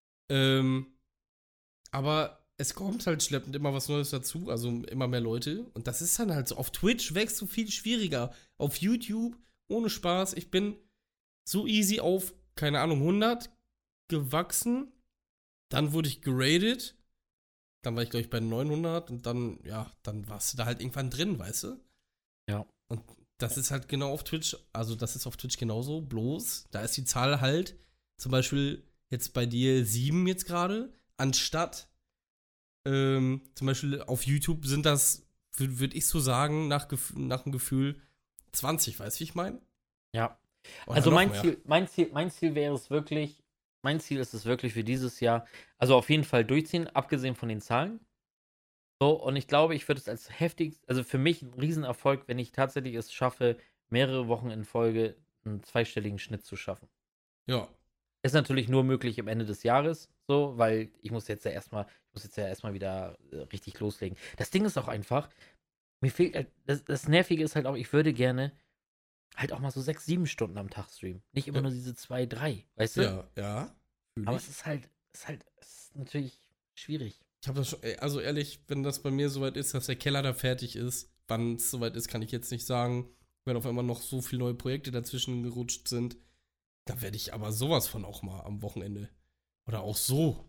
Aber es kommt halt schleppend immer was Neues dazu, also immer mehr Leute. Und das ist dann halt so. Auf Twitch wächst du viel schwieriger. Auf YouTube, ohne Spaß, ich bin so easy auf, keine Ahnung, 100 gewachsen. Dann wurde ich geradet. Dann war ich, glaube ich, bei 900 und dann warst du da halt irgendwann drin, weißt du? Ja. Und das ist halt genau auf Twitch, also das ist auf Twitch genauso, bloß da ist die Zahl halt zum Beispiel jetzt bei dir 7 jetzt gerade, anstatt zum Beispiel auf YouTube sind das, würde ich so sagen, nach dem Gefühl 20, weißt du, wie ich meine? Ja. Oder Also noch mein mehr. Ziel wäre es wirklich, mein Ziel ist es wirklich für dieses Jahr, also auf jeden Fall durchziehen, abgesehen von den Zahlen. So, und ich glaube, ich würde es als also für mich ein Riesenerfolg, wenn ich tatsächlich es schaffe, mehrere Wochen in Folge einen zweistelligen Schnitt zu schaffen. Ja. Ist natürlich nur möglich am Ende des Jahres, so, weil ich muss jetzt ja erstmal wieder richtig loslegen. Das Ding ist auch einfach, mir fehlt halt, das Nervige ist halt auch, ich würde gerne halt auch mal so 6, 7 Stunden am Tag streamen. Nicht immer Ja. nur diese 2, 3, weißt du? Ja, ja. Aber es ist natürlich schwierig. Ich habe das schon, also ehrlich, wenn das bei mir soweit ist, dass der Keller da fertig ist, wann es soweit ist, kann ich jetzt nicht sagen. Wenn auf einmal noch so viele neue Projekte dazwischen gerutscht sind, da werde ich aber sowas von auch mal am Wochenende oder auch so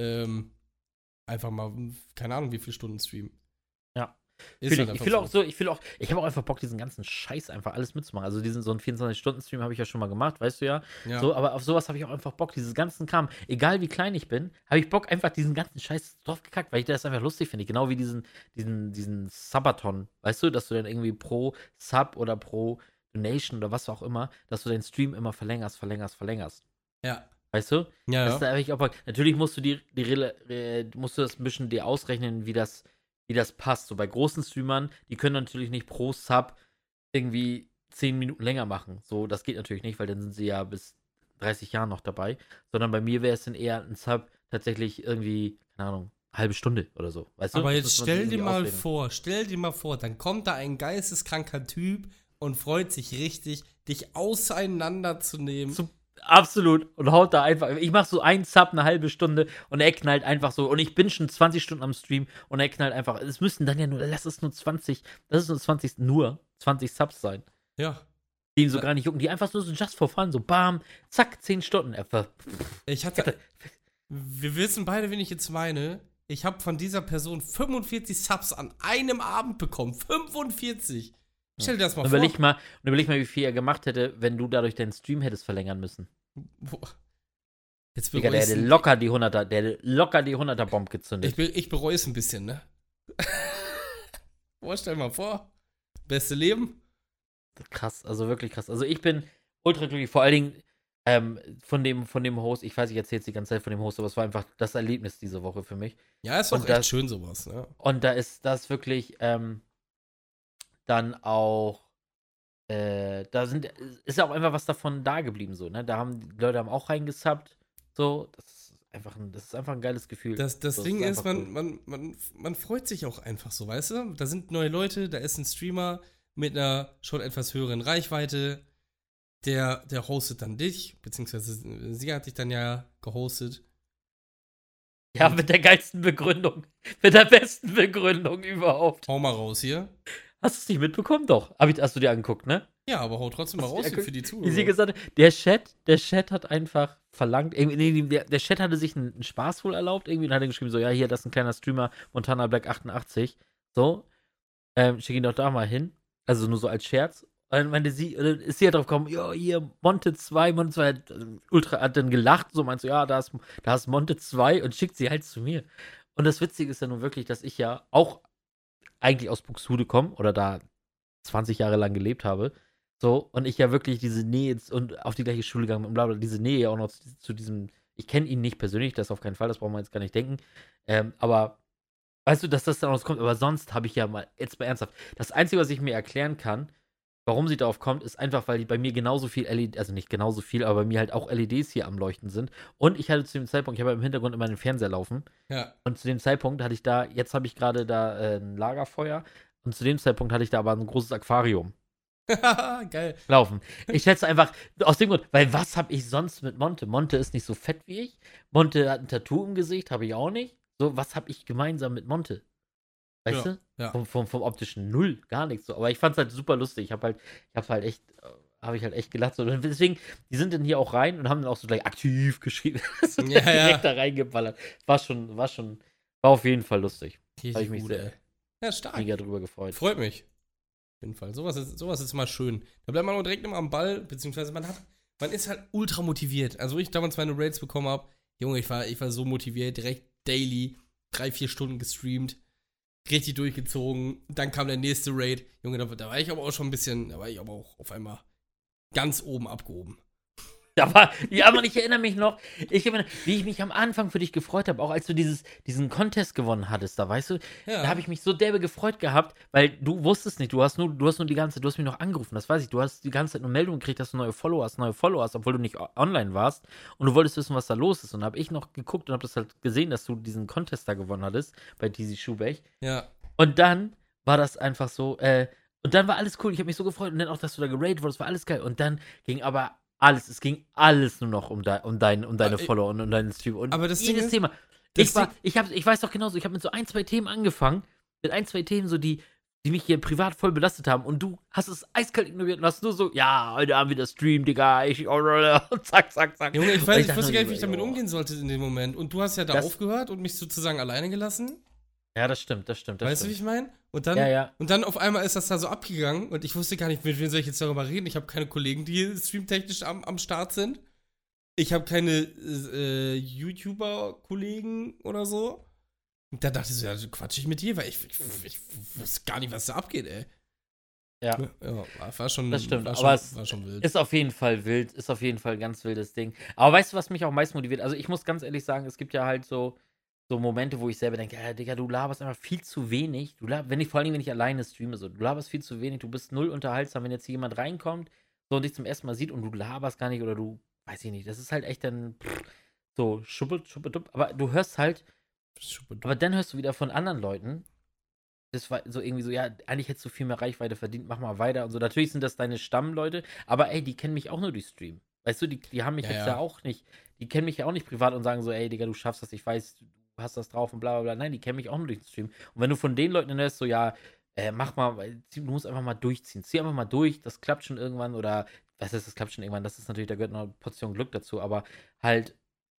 einfach mal, keine Ahnung, wie viele Stunden streamen. Ja. Ist halt Ich einfach so. ich habe auch einfach Bock, diesen ganzen Scheiß einfach alles mitzumachen. Also so einen 24-Stunden-Stream habe ich ja schon mal gemacht, weißt du ja. Ja. So, aber auf sowas habe ich auch einfach Bock, dieses ganzen Kram, egal wie klein ich bin, habe ich Bock, einfach diesen ganzen Scheiß drauf gekackt, weil ich das einfach lustig finde. Genau wie diesen Subathon, weißt du, dass du dann irgendwie pro Sub oder pro Donation oder was auch immer, dass du deinen Stream immer verlängerst. Ja. Weißt du? Ja, Das ist da ja. eigentlich auch Bock. Natürlich musst du musst du das ein bisschen dir ausrechnen, wie das passt. So bei großen Streamern, die können natürlich nicht pro Sub irgendwie 10 Minuten länger machen. So, das geht natürlich nicht, weil dann sind sie ja bis 30 Jahren noch dabei. Sondern bei mir wäre es dann eher ein Sub tatsächlich irgendwie, keine Ahnung, halbe Stunde oder so. Weißt du? Aber Das jetzt muss man sich irgendwie ausrechnen. stell dir mal vor, dann kommt da ein geisteskranker Typ und freut sich richtig, dich auseinanderzunehmen. Absolut. Und haut da einfach. Ich mache so einen Sub eine halbe Stunde und er knallt einfach so. Und ich bin schon 20 Stunden am Stream und er knallt einfach. Es müssten dann ja nur, lass es nur 20, das ist nur 20 Subs sein. Ja. Die ihn so gar nicht jucken. Die einfach so just for fun, so bam, zack, 10 Stunden. Wir wissen beide, wen ich jetzt meine. Ich habe von dieser Person 45 Subs an einem Abend bekommen. 45! Stell dir das mal Und vor. überleg mal, wie viel er gemacht hätte, wenn du dadurch deinen Stream hättest verlängern müssen. Boah. Jetzt Digga, der hätte locker die 100er-Bomb gezündet. Ich bereue es ein bisschen, ne? Boah, stell mal vor. Beste Leben. Krass, also wirklich krass. Also ich bin ultra glücklich, vor allen Dingen von dem Host, ich weiß, ich erzähle jetzt die ganze Zeit von dem Host, aber es war einfach das Erlebnis diese Woche für mich. Ja, ist auch echt schön sowas, ne? Und da ist das wirklich dann auch, ist ja auch einfach was davon da geblieben, so, ne? Da haben die Leute auch reingesubbt, so, das ist einfach ein geiles Gefühl. Das Ding ist, man freut sich auch einfach so, weißt du? Da sind neue Leute, da ist ein Streamer mit einer schon etwas höheren Reichweite, der hostet dann dich, beziehungsweise sie hat dich dann ja gehostet. Ja, mit der geilsten Begründung. Mit der besten Begründung überhaupt. Hau mal raus hier. Hast du es nicht mitbekommen? Doch. Hast du dir angeguckt, ne? Ja, aber hau trotzdem mal raus hier für die Zuhörer. Wie sie gesagt hat, der Chat hat einfach verlangt, der Chat hatte sich einen Spaß wohl erlaubt, irgendwie, und hat geschrieben, so, ja, hier, das ist ein kleiner Streamer, Montana Black 88, so, schick ihn doch da mal hin, also nur so als Scherz, und dann meinte sie, ist sie ja drauf gekommen, ja, hier, Monte 2 hat dann gelacht, so, meint so, ja, da ist Monte 2 und schickt sie halt zu mir. Und das Witzige ist ja nun wirklich, dass ich ja auch eigentlich aus Buxtehude komme, oder da 20 Jahre lang gelebt habe, so, und ich ja wirklich diese Nähe und auf die gleiche Schule gegangen bin und blablabla, diese Nähe auch noch zu diesem, ich kenne ihn nicht persönlich, das auf keinen Fall, das brauchen wir jetzt gar nicht denken, aber, weißt du, dass das dann kommt, aber sonst habe ich ja mal, jetzt mal ernsthaft, das Einzige, was ich mir erklären kann, warum sie darauf kommt, ist einfach, weil bei mir genauso viel LED, also nicht genauso viel, aber bei mir halt auch LEDs hier am Leuchten sind, und ich hatte zu dem Zeitpunkt, ich habe im Hintergrund immer den Fernseher laufen, ja. Und zu dem Zeitpunkt hatte ich da, jetzt habe ich gerade da ein Lagerfeuer, und zu dem Zeitpunkt hatte ich da aber ein großes Aquarium. Geil. Laufen. Ich schätze einfach, aus dem Grund, weil was habe ich sonst mit Monte? Monte ist nicht so fett wie ich. Monte hat ein Tattoo im Gesicht, habe ich auch nicht. So, was habe ich gemeinsam mit Monte? Weißt du? Ja. Vom optischen null, gar nichts so. Aber ich fand es halt super lustig. Ich habe halt echt gelacht. So. Und deswegen, die sind dann hier auch rein und haben dann auch so gleich aktiv geschrieben. So direkt da reingeballert. War auf jeden Fall lustig. Habe ich mich sehr mega drüber gefreut. Freut mich. Auf jeden Fall. Sowas ist mal schön. Da bleibt man auch direkt immer am Ball, beziehungsweise man ist halt ultra motiviert. Also, wo ich damals meine Raids bekommen habe, Junge, ich war so motiviert, direkt daily, 3-4 Stunden gestreamt, richtig durchgezogen. Dann kam der nächste Raid. Junge, da war ich aber auch schon ein bisschen, da war ich aber auch auf einmal ganz oben abgehoben. Aber ich erinnere mich noch, wie ich mich am Anfang für dich gefreut habe, auch als du diesen Contest gewonnen hattest, da weißt du, da habe ich mich so derbe gefreut gehabt, weil du wusstest nicht, du hast mich noch angerufen, das weiß ich, du hast die ganze Zeit nur Meldungen gekriegt, dass du neue Follower hast, obwohl du nicht online warst, und du wolltest wissen, was da los ist, und habe ich noch geguckt und habe das halt gesehen, dass du diesen Contest da gewonnen hattest, bei Tizi Schubeck. Ja. Und dann war das einfach so, und dann war alles cool, ich habe mich so gefreut, und dann auch, dass du da geradet wurdest, war alles geil, und dann ging aber es ging alles nur noch um deine Follower und um deinen Stream. Und aber das jedes Thema. Ich weiß doch genauso, ich habe mit so 1-2 Themen angefangen, mit 1-2 Themen, so die mich hier privat voll belastet haben, und du hast es eiskalt ignoriert und hast nur so, ja, heute haben wir das Stream, Digga, und zack. Junge, ich wusste gar nicht, wie ich damit umgehen sollte in dem Moment. Und du hast ja da aufgehört und mich sozusagen alleine gelassen. Ja, das stimmt. Weißt du, wie ich meine? Und dann, ja. Und dann auf einmal ist das da so abgegangen und ich wusste gar nicht, mit wem soll ich jetzt darüber reden. Ich habe keine Kollegen, die streamtechnisch am Start sind. Ich habe keine YouTuber-Kollegen oder so. Und da dachte ich so, ja, quatsch ich mit dir, weil ich wusste gar nicht, was da abgeht, ey. Ja, war schon, das stimmt, war aber schon wild. Ist auf jeden Fall wild, ist auf jeden Fall ein ganz wildes Ding. Aber weißt du, was mich auch meist motiviert? Also ich muss ganz ehrlich sagen, es gibt ja halt so Momente, wo ich selber denke, ja, Digga, du laberst einfach viel zu wenig. Vor allem, wenn ich alleine streame, so, du laberst viel zu wenig, du bist null unterhaltsam, wenn jetzt hier jemand reinkommt, so, und dich zum ersten Mal sieht und du laberst gar nicht, oder du, weiß ich nicht, das ist halt echt dann so schuppedupp, aber du hörst halt, aber dann hörst du wieder von anderen Leuten, das war so irgendwie so, ja, eigentlich hättest du viel mehr Reichweite verdient, mach mal weiter und so. Natürlich sind das deine Stammleute, aber ey, die kennen mich auch nur durch Stream. Weißt du, die haben mich jetzt ja auch nicht, die kennen mich ja auch nicht privat und sagen so, ey, Digga, du schaffst das, ich weiß, du hast das drauf und bla bla bla. Nein, die kennen mich auch nur durch den Stream. Und wenn du von den Leuten hörst, so, ja, mach mal, du musst einfach mal durchziehen. Zieh einfach mal durch, das klappt schon irgendwann, oder, was heißt, das klappt schon irgendwann, das ist natürlich, da gehört noch eine Portion Glück dazu, aber halt,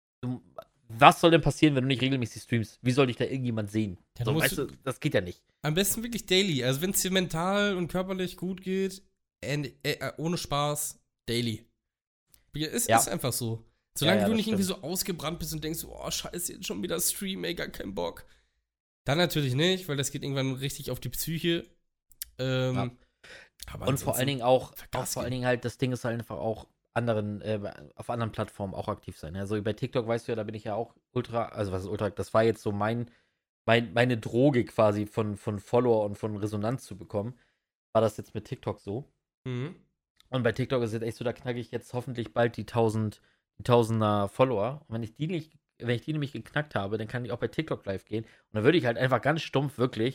was soll denn passieren, wenn du nicht regelmäßig streamst? Wie soll dich da irgendjemand sehen? Ja, so, weißt du, das geht ja nicht. Am besten wirklich daily. Also wenn es dir mental und körperlich gut geht, ohne Spaß, daily. Ist einfach so. Solange ja, du das nicht irgendwie stimmt. so ausgebrannt bist und denkst, oh, scheiße, jetzt schon wieder Stream, ey, gar keinen Bock. Dann natürlich nicht, weil das geht irgendwann richtig auf die Psyche. Ja. Aber Und vor allen ansonsten Dingen auch Gas vor allen geben. Dingen halt, das Ding ist halt einfach auch auf anderen Plattformen auch aktiv sein. Also bei TikTok weißt du ja, da bin ich ja auch ultra, also was ist ultra, das war jetzt so meine Droge quasi von Follower und von Resonanz zu bekommen. War das jetzt mit TikTok so? Mhm. Und bei TikTok ist es jetzt echt so, da knacke ich jetzt hoffentlich bald die Tausender Follower. Und wenn ich die nämlich geknackt habe, dann kann ich auch bei TikTok live gehen. Und dann würde ich halt einfach ganz stumpf wirklich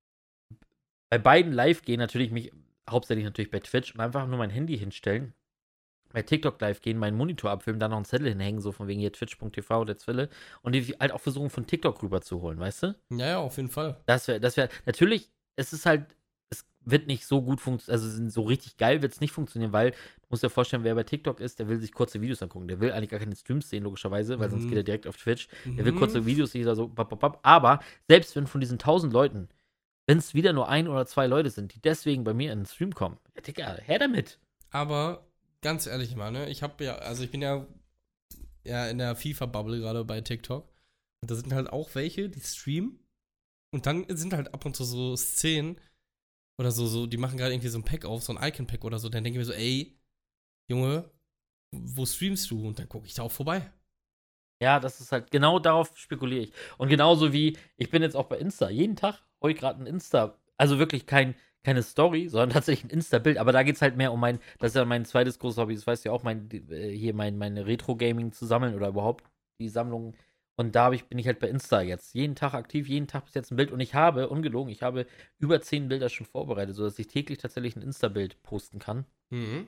bei beiden live gehen, hauptsächlich natürlich bei Twitch und einfach nur mein Handy hinstellen, bei TikTok live gehen, meinen Monitor abfilmen, dann noch einen Zettel hinhängen, so von wegen hier twitch.tv der Zwille und die halt auch versuchen von TikTok rüber zu holen, weißt du? Ja, ja, auf jeden Fall. Natürlich, es wird nicht so gut funktionieren, also so richtig geil wird es nicht funktionieren, weil du musst dir vorstellen, wer bei TikTok ist, der will sich kurze Videos angucken. Der will eigentlich gar keine Streams sehen, logischerweise, weil sonst geht er direkt auf Twitch. Der will kurze Videos, die da so, aber selbst wenn von diesen 1000 Leuten, wenn es wieder nur 1 oder 2 Leute sind, die deswegen bei mir in den Stream kommen, ja, Digga, her damit. Aber ganz ehrlich mal, ne? Ich bin ja in der FIFA-Bubble gerade bei TikTok. Und da sind halt auch welche, die streamen. Und dann sind halt ab und zu so Szenen oder so, die machen gerade irgendwie so ein Pack auf, so ein Icon-Pack oder so. Dann denke ich mir so, ey, Junge, wo streamst du? Und dann gucke ich da auch vorbei. Ja, das ist halt, genau darauf spekuliere ich. Und genauso wie, ich bin jetzt auch bei Insta. Jeden Tag habe ich gerade ein Insta, also wirklich keine Story, sondern tatsächlich ein Insta-Bild. Aber da geht es halt mehr um das ist ja mein zweites großes Hobby, das weißt du ja auch, meine Retro-Gaming zu sammeln oder überhaupt die Sammlung. Und bin ich halt bei Insta jetzt. Jeden Tag aktiv, jeden Tag bis jetzt ein Bild. Und ungelogen, ich habe über 10 Bilder schon vorbereitet, sodass ich täglich tatsächlich ein Insta-Bild posten kann. Mhm.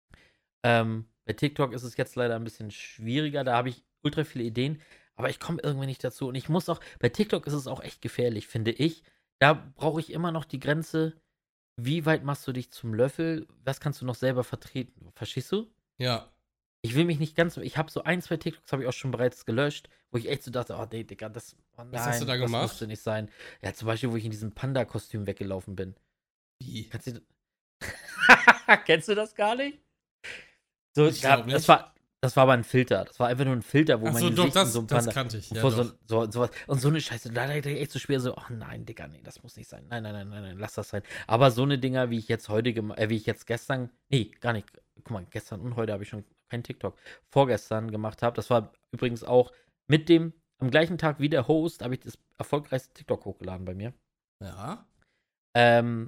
Bei TikTok ist es jetzt leider ein bisschen schwieriger, da habe ich ultra viele Ideen, aber ich komme irgendwie nicht dazu. Und bei TikTok ist es auch echt gefährlich, finde ich. Da brauche ich immer noch die Grenze, wie weit machst du dich zum Löffel, was kannst du noch selber vertreten, verstehst du? Ja. Ich will mich nicht ganz, ich habe so 1, 2 TikToks habe ich auch schon bereits gelöscht, wo ich echt so dachte, oh nee, Digga, oh Was hast du nein, da das musste gemacht? nicht sein. Ja, zum Beispiel, wo ich in diesem Panda-Kostüm weggelaufen bin. Wie? Kannst du, kennst du das gar nicht? So, Ich glaube das nicht. war, das war aber ein Filter. Das war einfach nur ein Filter, wo Ach mein so, doch, Gesicht in so einem das Panda. kannte ich. Ja, Vor doch. sowas. Und so eine Scheiße. Da dachte ich echt so schwer, so, oh nein, Digga, nee, das muss nicht sein. Nein, nein, nein, nein, nein, lass das sein. Aber so eine Dinger, wie ich jetzt gestern, nee, gar nicht. Guck mal, gestern und heute habe ich schon kein TikTok. Vorgestern gemacht habe. Das war übrigens auch am gleichen Tag wie der Host, habe ich das erfolgreichste TikTok hochgeladen bei mir. Ja. Ähm,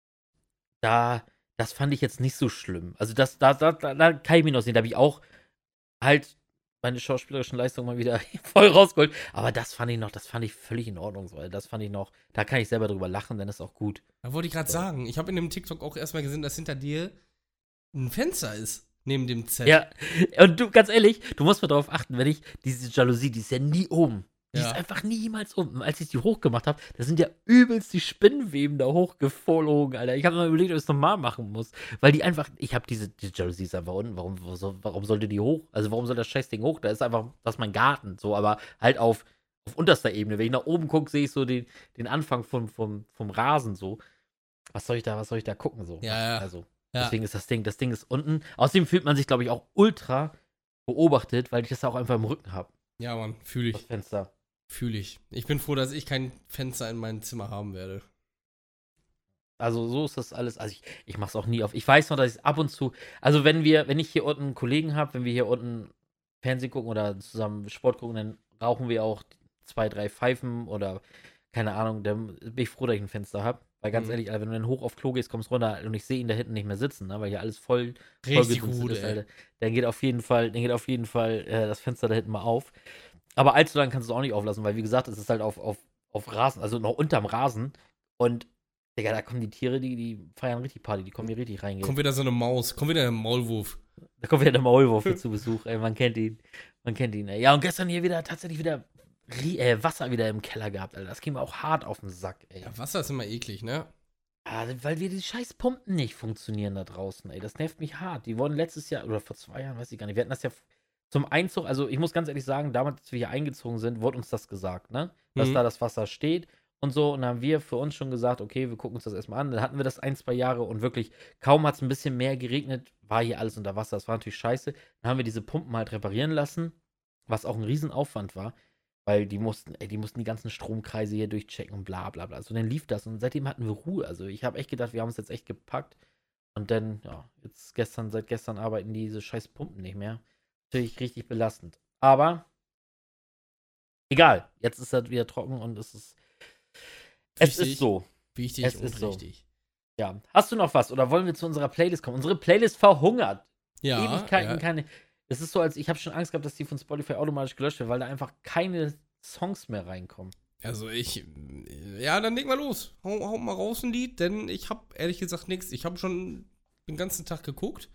das fand ich jetzt nicht so schlimm. Also da kann ich mich noch sehen. Da habe ich auch halt meine schauspielerischen Leistungen mal wieder voll rausgeholt. Aber das fand ich völlig in Ordnung. So. Das fand ich noch, da kann ich selber drüber lachen, dann ist auch gut. Da wollte ich gerade So. sagen, ich habe in dem TikTok auch erstmal gesehen, dass hinter dir ein Fenster ist, neben dem Z. Ja, und du, ganz ehrlich, du musst mal darauf achten, diese Jalousie, die ist ja nie oben. Die ist Ja. einfach niemals oben. Und als ich die hochgemacht habe, da sind ja übelst die Spinnenweben da hochgeflogen, Alter. Ich habe mal überlegt, ob ich es nochmal machen muss. Weil die Jalousie ist einfach unten. Warum sollte die hoch? Also warum soll das Scheißding hoch? Das ist mein Garten. So, aber halt auf unterster Ebene. Wenn ich nach oben gucke, sehe ich so den Anfang vom Rasen so. Was soll ich da gucken so? Ja, ja. Also, Ja. deswegen ist das Ding ist unten. Außerdem fühlt man sich, glaube ich, auch ultra beobachtet, weil ich das auch einfach im Rücken habe. Ja, Mann, fühle Das ich. Fenster. Fühle ich. Ich bin froh, dass ich kein Fenster in meinem Zimmer haben werde. Also so ist das alles. Also ich mache es auch nie auf. Ich weiß noch, dass ich ab und zu, also wenn ich hier unten einen Kollegen habe, wenn wir hier unten Fernsehen gucken oder zusammen Sport gucken, dann rauchen wir auch 2, 3 Pfeifen oder keine Ahnung, dann bin ich froh, dass ich ein Fenster habe. Weil ganz ehrlich, Alter, wenn du dann hoch auf Klo gehst, kommst runter und ich sehe ihn da hinten nicht mehr sitzen, ne, weil hier alles voll Richtig gedünstet gut, ist, ey. Alter. Dann geht auf jeden Fall das Fenster da hinten mal auf. Aber allzu lang kannst du es auch nicht auflassen, weil wie gesagt, es ist halt auf Rasen, also noch unterm Rasen. Und, Digga, da kommen die Tiere, die feiern richtig Party, die kommen hier richtig reingehen. Kommt wieder so eine Maus, kommt wieder ein Maulwurf. Da kommt wieder der Maulwurf hier zu Besuch, ey, man kennt ihn. Ey. Ja, und gestern hier tatsächlich wieder Wasser wieder im Keller gehabt, Alter. Das ging mir auch hart auf den Sack, ey. Ja, Wasser ist immer eklig, ne? Ja, weil die scheiß Pumpen nicht funktionieren da draußen, ey. Das nervt mich hart. Die wurden letztes Jahr, oder vor 2 Jahren, weiß ich gar nicht, wir hatten das ja zum Einzug, also ich muss ganz ehrlich sagen, damals, als wir hier eingezogen sind, wurde uns das gesagt, ne? Dass da das Wasser steht und so. Und dann haben wir für uns schon gesagt, okay, wir gucken uns das erstmal an. Dann hatten wir das 1, 2 Jahre und wirklich, kaum hat es ein bisschen mehr geregnet, war hier alles unter Wasser. Das war natürlich scheiße. Dann haben wir diese Pumpen halt reparieren lassen, was auch ein Riesenaufwand war, weil die mussten die ganzen Stromkreise hier durchchecken und bla bla bla. So, dann lief das und seitdem hatten wir Ruhe. Also ich habe echt gedacht, wir haben es jetzt echt gepackt. Und dann, ja, seit gestern arbeiten diese scheiß Pumpen nicht mehr. Natürlich richtig belastend. Aber egal, jetzt ist er wieder trocken und es ist so. Wichtig Es und ist so. richtig. Ja. Hast du noch was oder wollen wir zu unserer Playlist kommen? Unsere Playlist verhungert. Ja, Ewigkeiten keine. Es ist so, als ich habe schon Angst gehabt, dass die von Spotify automatisch gelöscht wird, weil da einfach keine Songs mehr reinkommen. Also ja, dann leg mal los. Hau mal raus ein Lied, denn ich habe ehrlich gesagt nichts. Ich habe schon den ganzen Tag geguckt.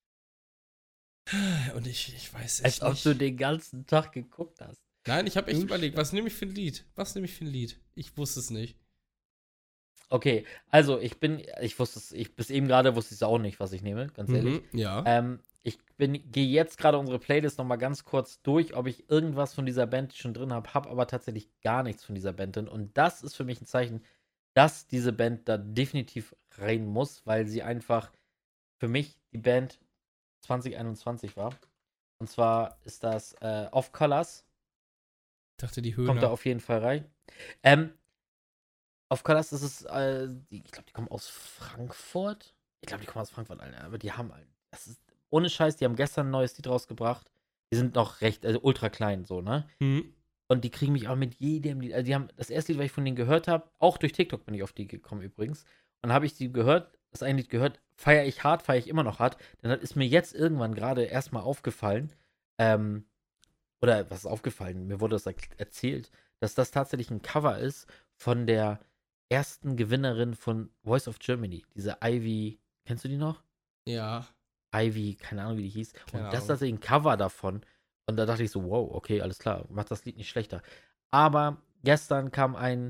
Und ich weiß Als echt ob nicht. du den ganzen Tag geguckt hast. Nein, ich habe echt überlegt, was nehme ich für ein Lied? Ich wusste es nicht. Okay, also bis eben gerade wusste ich es auch nicht, was ich nehme, ganz ehrlich. Ja. Gehe jetzt gerade unsere Playlist nochmal ganz kurz durch, ob ich irgendwas von dieser Band schon drin habe aber tatsächlich gar nichts von dieser Band drin. Und das ist für mich ein Zeichen, dass diese Band da definitiv rein muss, weil sie einfach für mich die Band 2021 war. Und zwar ist das Off Colors. Ich dachte, die Höhner. Kommt da auf jeden Fall rein. Off Colors ist es, ich glaube, die kommen aus Frankfurt. Alter, aber die haben, das ist ohne Scheiß, die haben gestern ein neues Lied rausgebracht. Die sind noch recht, also ultra klein, so, ne? Mhm. Und die kriegen mich auch mit jedem Lied, also die haben, das erste Lied, was ich von denen gehört habe, auch durch TikTok bin ich auf die gekommen übrigens. Und dann habe ich die gehört, das eine Lied gehört, feiere ich immer noch hart. Dann ist mir jetzt irgendwann gerade erstmal aufgefallen, oder was ist aufgefallen? Mir wurde das erzählt, dass das tatsächlich ein Cover ist von der ersten Gewinnerin von Voice of Germany. Diese Ivy, kennst du die noch? Ja. Ivy, keine Ahnung, wie die hieß. Keine Und das ist Ahnung. tatsächlich ein Cover davon. Und da dachte ich so, wow, okay, alles klar, macht das Lied nicht schlechter. Aber gestern kam ein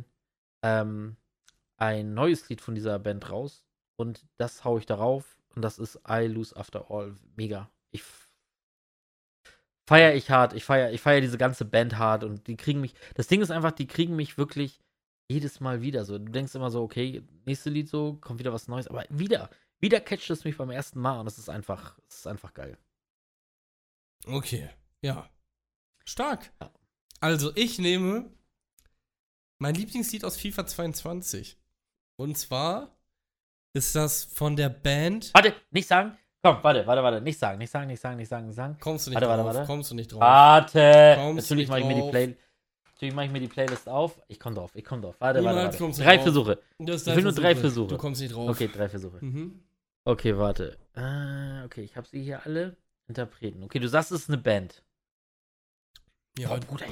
neues Lied von dieser Band raus. Und das hau ich darauf. Und das ist I Lose After All. Mega. Ich feiere ich hart. Ich feier diese ganze Band hart. Und die kriegen mich. Das Ding ist einfach, die kriegen mich wirklich jedes Mal wieder so. Du denkst immer so, okay, nächstes Lied so, kommt wieder was Neues. Aber wieder catcht es mich beim ersten Mal. Und es ist einfach geil. Okay. Ja. Stark. Ja. Also, ich nehme mein Lieblingslied aus FIFA 22. Und zwar ist das von der Band. Warte, nicht sagen. Komm, warte. Nicht sagen. Kommst du nicht Warte, drauf? warte. Kommst du nicht drauf? Warte. Kommst Natürlich nicht mache ich mir die drauf. Natürlich mache ich mir die Playlist auf. Ich komme drauf. Warte. Niemals kommst du 3 drauf. Versuche. Das ist Ich will nur 3 Versuche. Du kommst nicht drauf. Okay, 3 Versuche. Mhm. Okay, warte. Okay, ich habe sie hier alle. Interpreten. Okay, du sagst, es ist eine Band. Ja, Oh, Bruder,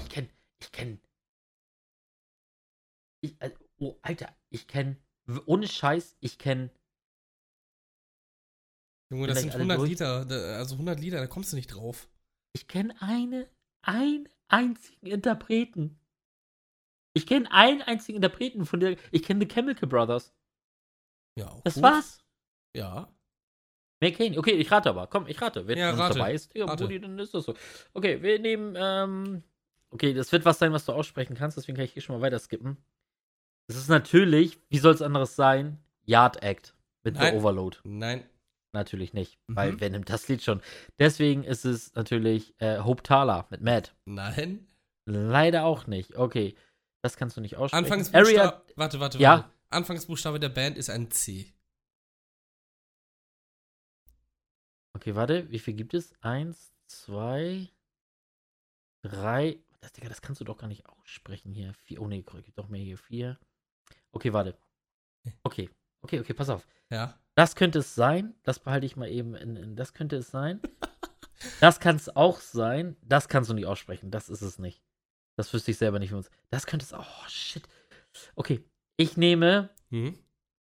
ohne Scheiß, Junge, das Vielleicht sind alle 100 durch? Lieder. Also 100 Lieder, da kommst du nicht drauf. ich kenne einen einzigen Interpreten. Ich kenne einen einzigen Interpreten von der, ich kenne The Chemical Brothers. Ja, auch Das gut. war's. Ja. Mehr kenn ich. Okay, ich rate aber. Komm, ich rate. Wenn Ja, es rate. dabei ist, ja, Rate. Brudi, dann ist das so. Okay, wir nehmen, okay, das wird was sein, was du aussprechen kannst, deswegen kann ich hier schon mal weiter skippen. Das ist natürlich, wie soll es anderes sein? Yard Act mit Nein. The Overload. Nein. Natürlich nicht, Mhm. weil wer nimmt das Lied schon? Deswegen ist es natürlich Hope Thaler mit Mad. Nein. Leider auch nicht. Okay, das kannst du nicht aussprechen. Anfangsbuchstabe. Warte. Ja? Anfangsbuchstabe der Band ist ein C. Okay, warte, wie viel gibt es? 1, 2, 3. Das kannst du doch gar nicht aussprechen hier. 4. Oh ne, gibt doch mehr hier. 4. Okay, warte. Okay, pass auf. Ja. Das könnte es sein. Das behalte ich mal eben das könnte es sein. Das kann es auch sein. Das kannst du nicht aussprechen. Das ist es nicht. Das wüsste ich selber nicht für uns. Das könnte es. Oh, shit. Okay, ich nehme. Mhm.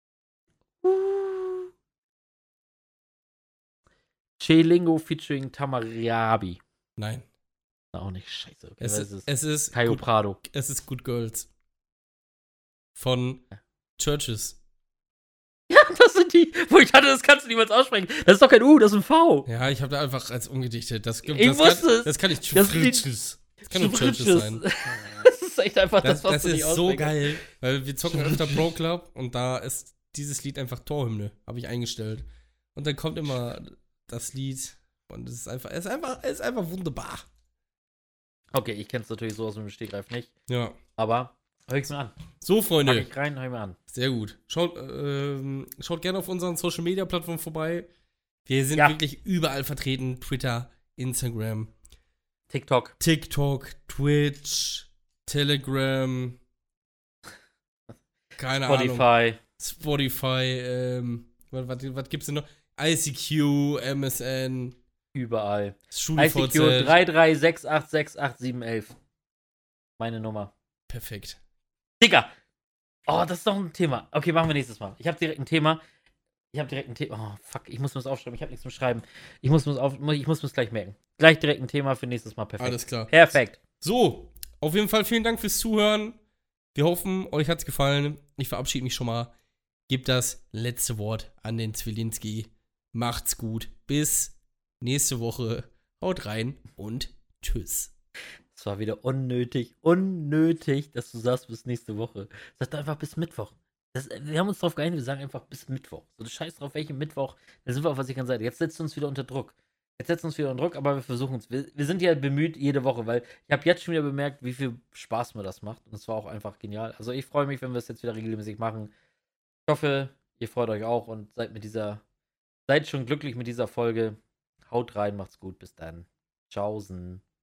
Chelingo featuring Tamariabi. Nein. Auch nicht. Scheiße. Okay, Es ist Caio Good, Prado. es ist Good Girls. Von Churches. Ja, das sind die, wo ich dachte, das kannst du niemals aussprechen. Das ist doch kein U, das ist ein V. Ja, ich habe da einfach als umgedichtet. Ich wusste es. Das kann ich Das sind die- Churches. Das kann nur Churches Churches. sein. Das ist ist echt einfach Das, was das du nicht ist so ausdenkst. geil, weil wir zocken öfter Pro Club und da ist dieses Lied einfach Torhymne, habe ich eingestellt. Und dann kommt immer das Lied und es ist einfach wunderbar. Okay, ich kenn's natürlich so aus dem Stegreif nicht. Ja. Aber hör ich's mir an. So, Pack Freunde. ich rein, hör mir an. Sehr gut. Schaut gerne auf unseren Social Media Plattformen vorbei. Wir sind Ja. wirklich überall vertreten. Twitter, Instagram, TikTok. Twitch, Telegram, keine Ahnung. Spotify, was gibt's denn noch? ICQ, MSN, Überall. StudiVZ. ICQ 336868711. Meine Nummer. Perfekt. Digga! Oh, das ist doch ein Thema. Okay, machen wir nächstes Mal. Ich habe direkt ein Thema. Oh, fuck, ich muss mir das aufschreiben. Ich habe nichts zum Schreiben. Ich muss mir das gleich merken. Gleich direkt ein Thema für nächstes Mal. Perfekt. Alles klar. Perfekt. So, auf jeden Fall vielen Dank fürs Zuhören. Wir hoffen, euch hat's gefallen. Ich verabschiede mich schon mal. Gebt das letzte Wort an den Zwilinski. Macht's gut. Bis nächste Woche. Haut rein und tschüss. Es war wieder unnötig, dass du sagst, bis nächste Woche. Sag doch einfach bis Mittwoch. Wir haben uns darauf geeinigt, wir sagen einfach bis Mittwoch. So, du scheiß drauf, welchen Mittwoch. Da sind wir auf der sicheren Seite. Jetzt setzt uns wieder unter Druck. Aber wir versuchen es. Wir sind ja bemüht jede Woche, weil ich habe jetzt schon wieder bemerkt, wie viel Spaß mir das macht. Und es war auch einfach genial. Also ich freue mich, wenn wir es jetzt wieder regelmäßig machen. Ich hoffe, ihr freut euch auch und seid schon glücklich mit dieser Folge. Haut rein, macht's gut, bis dann. Tschaußen.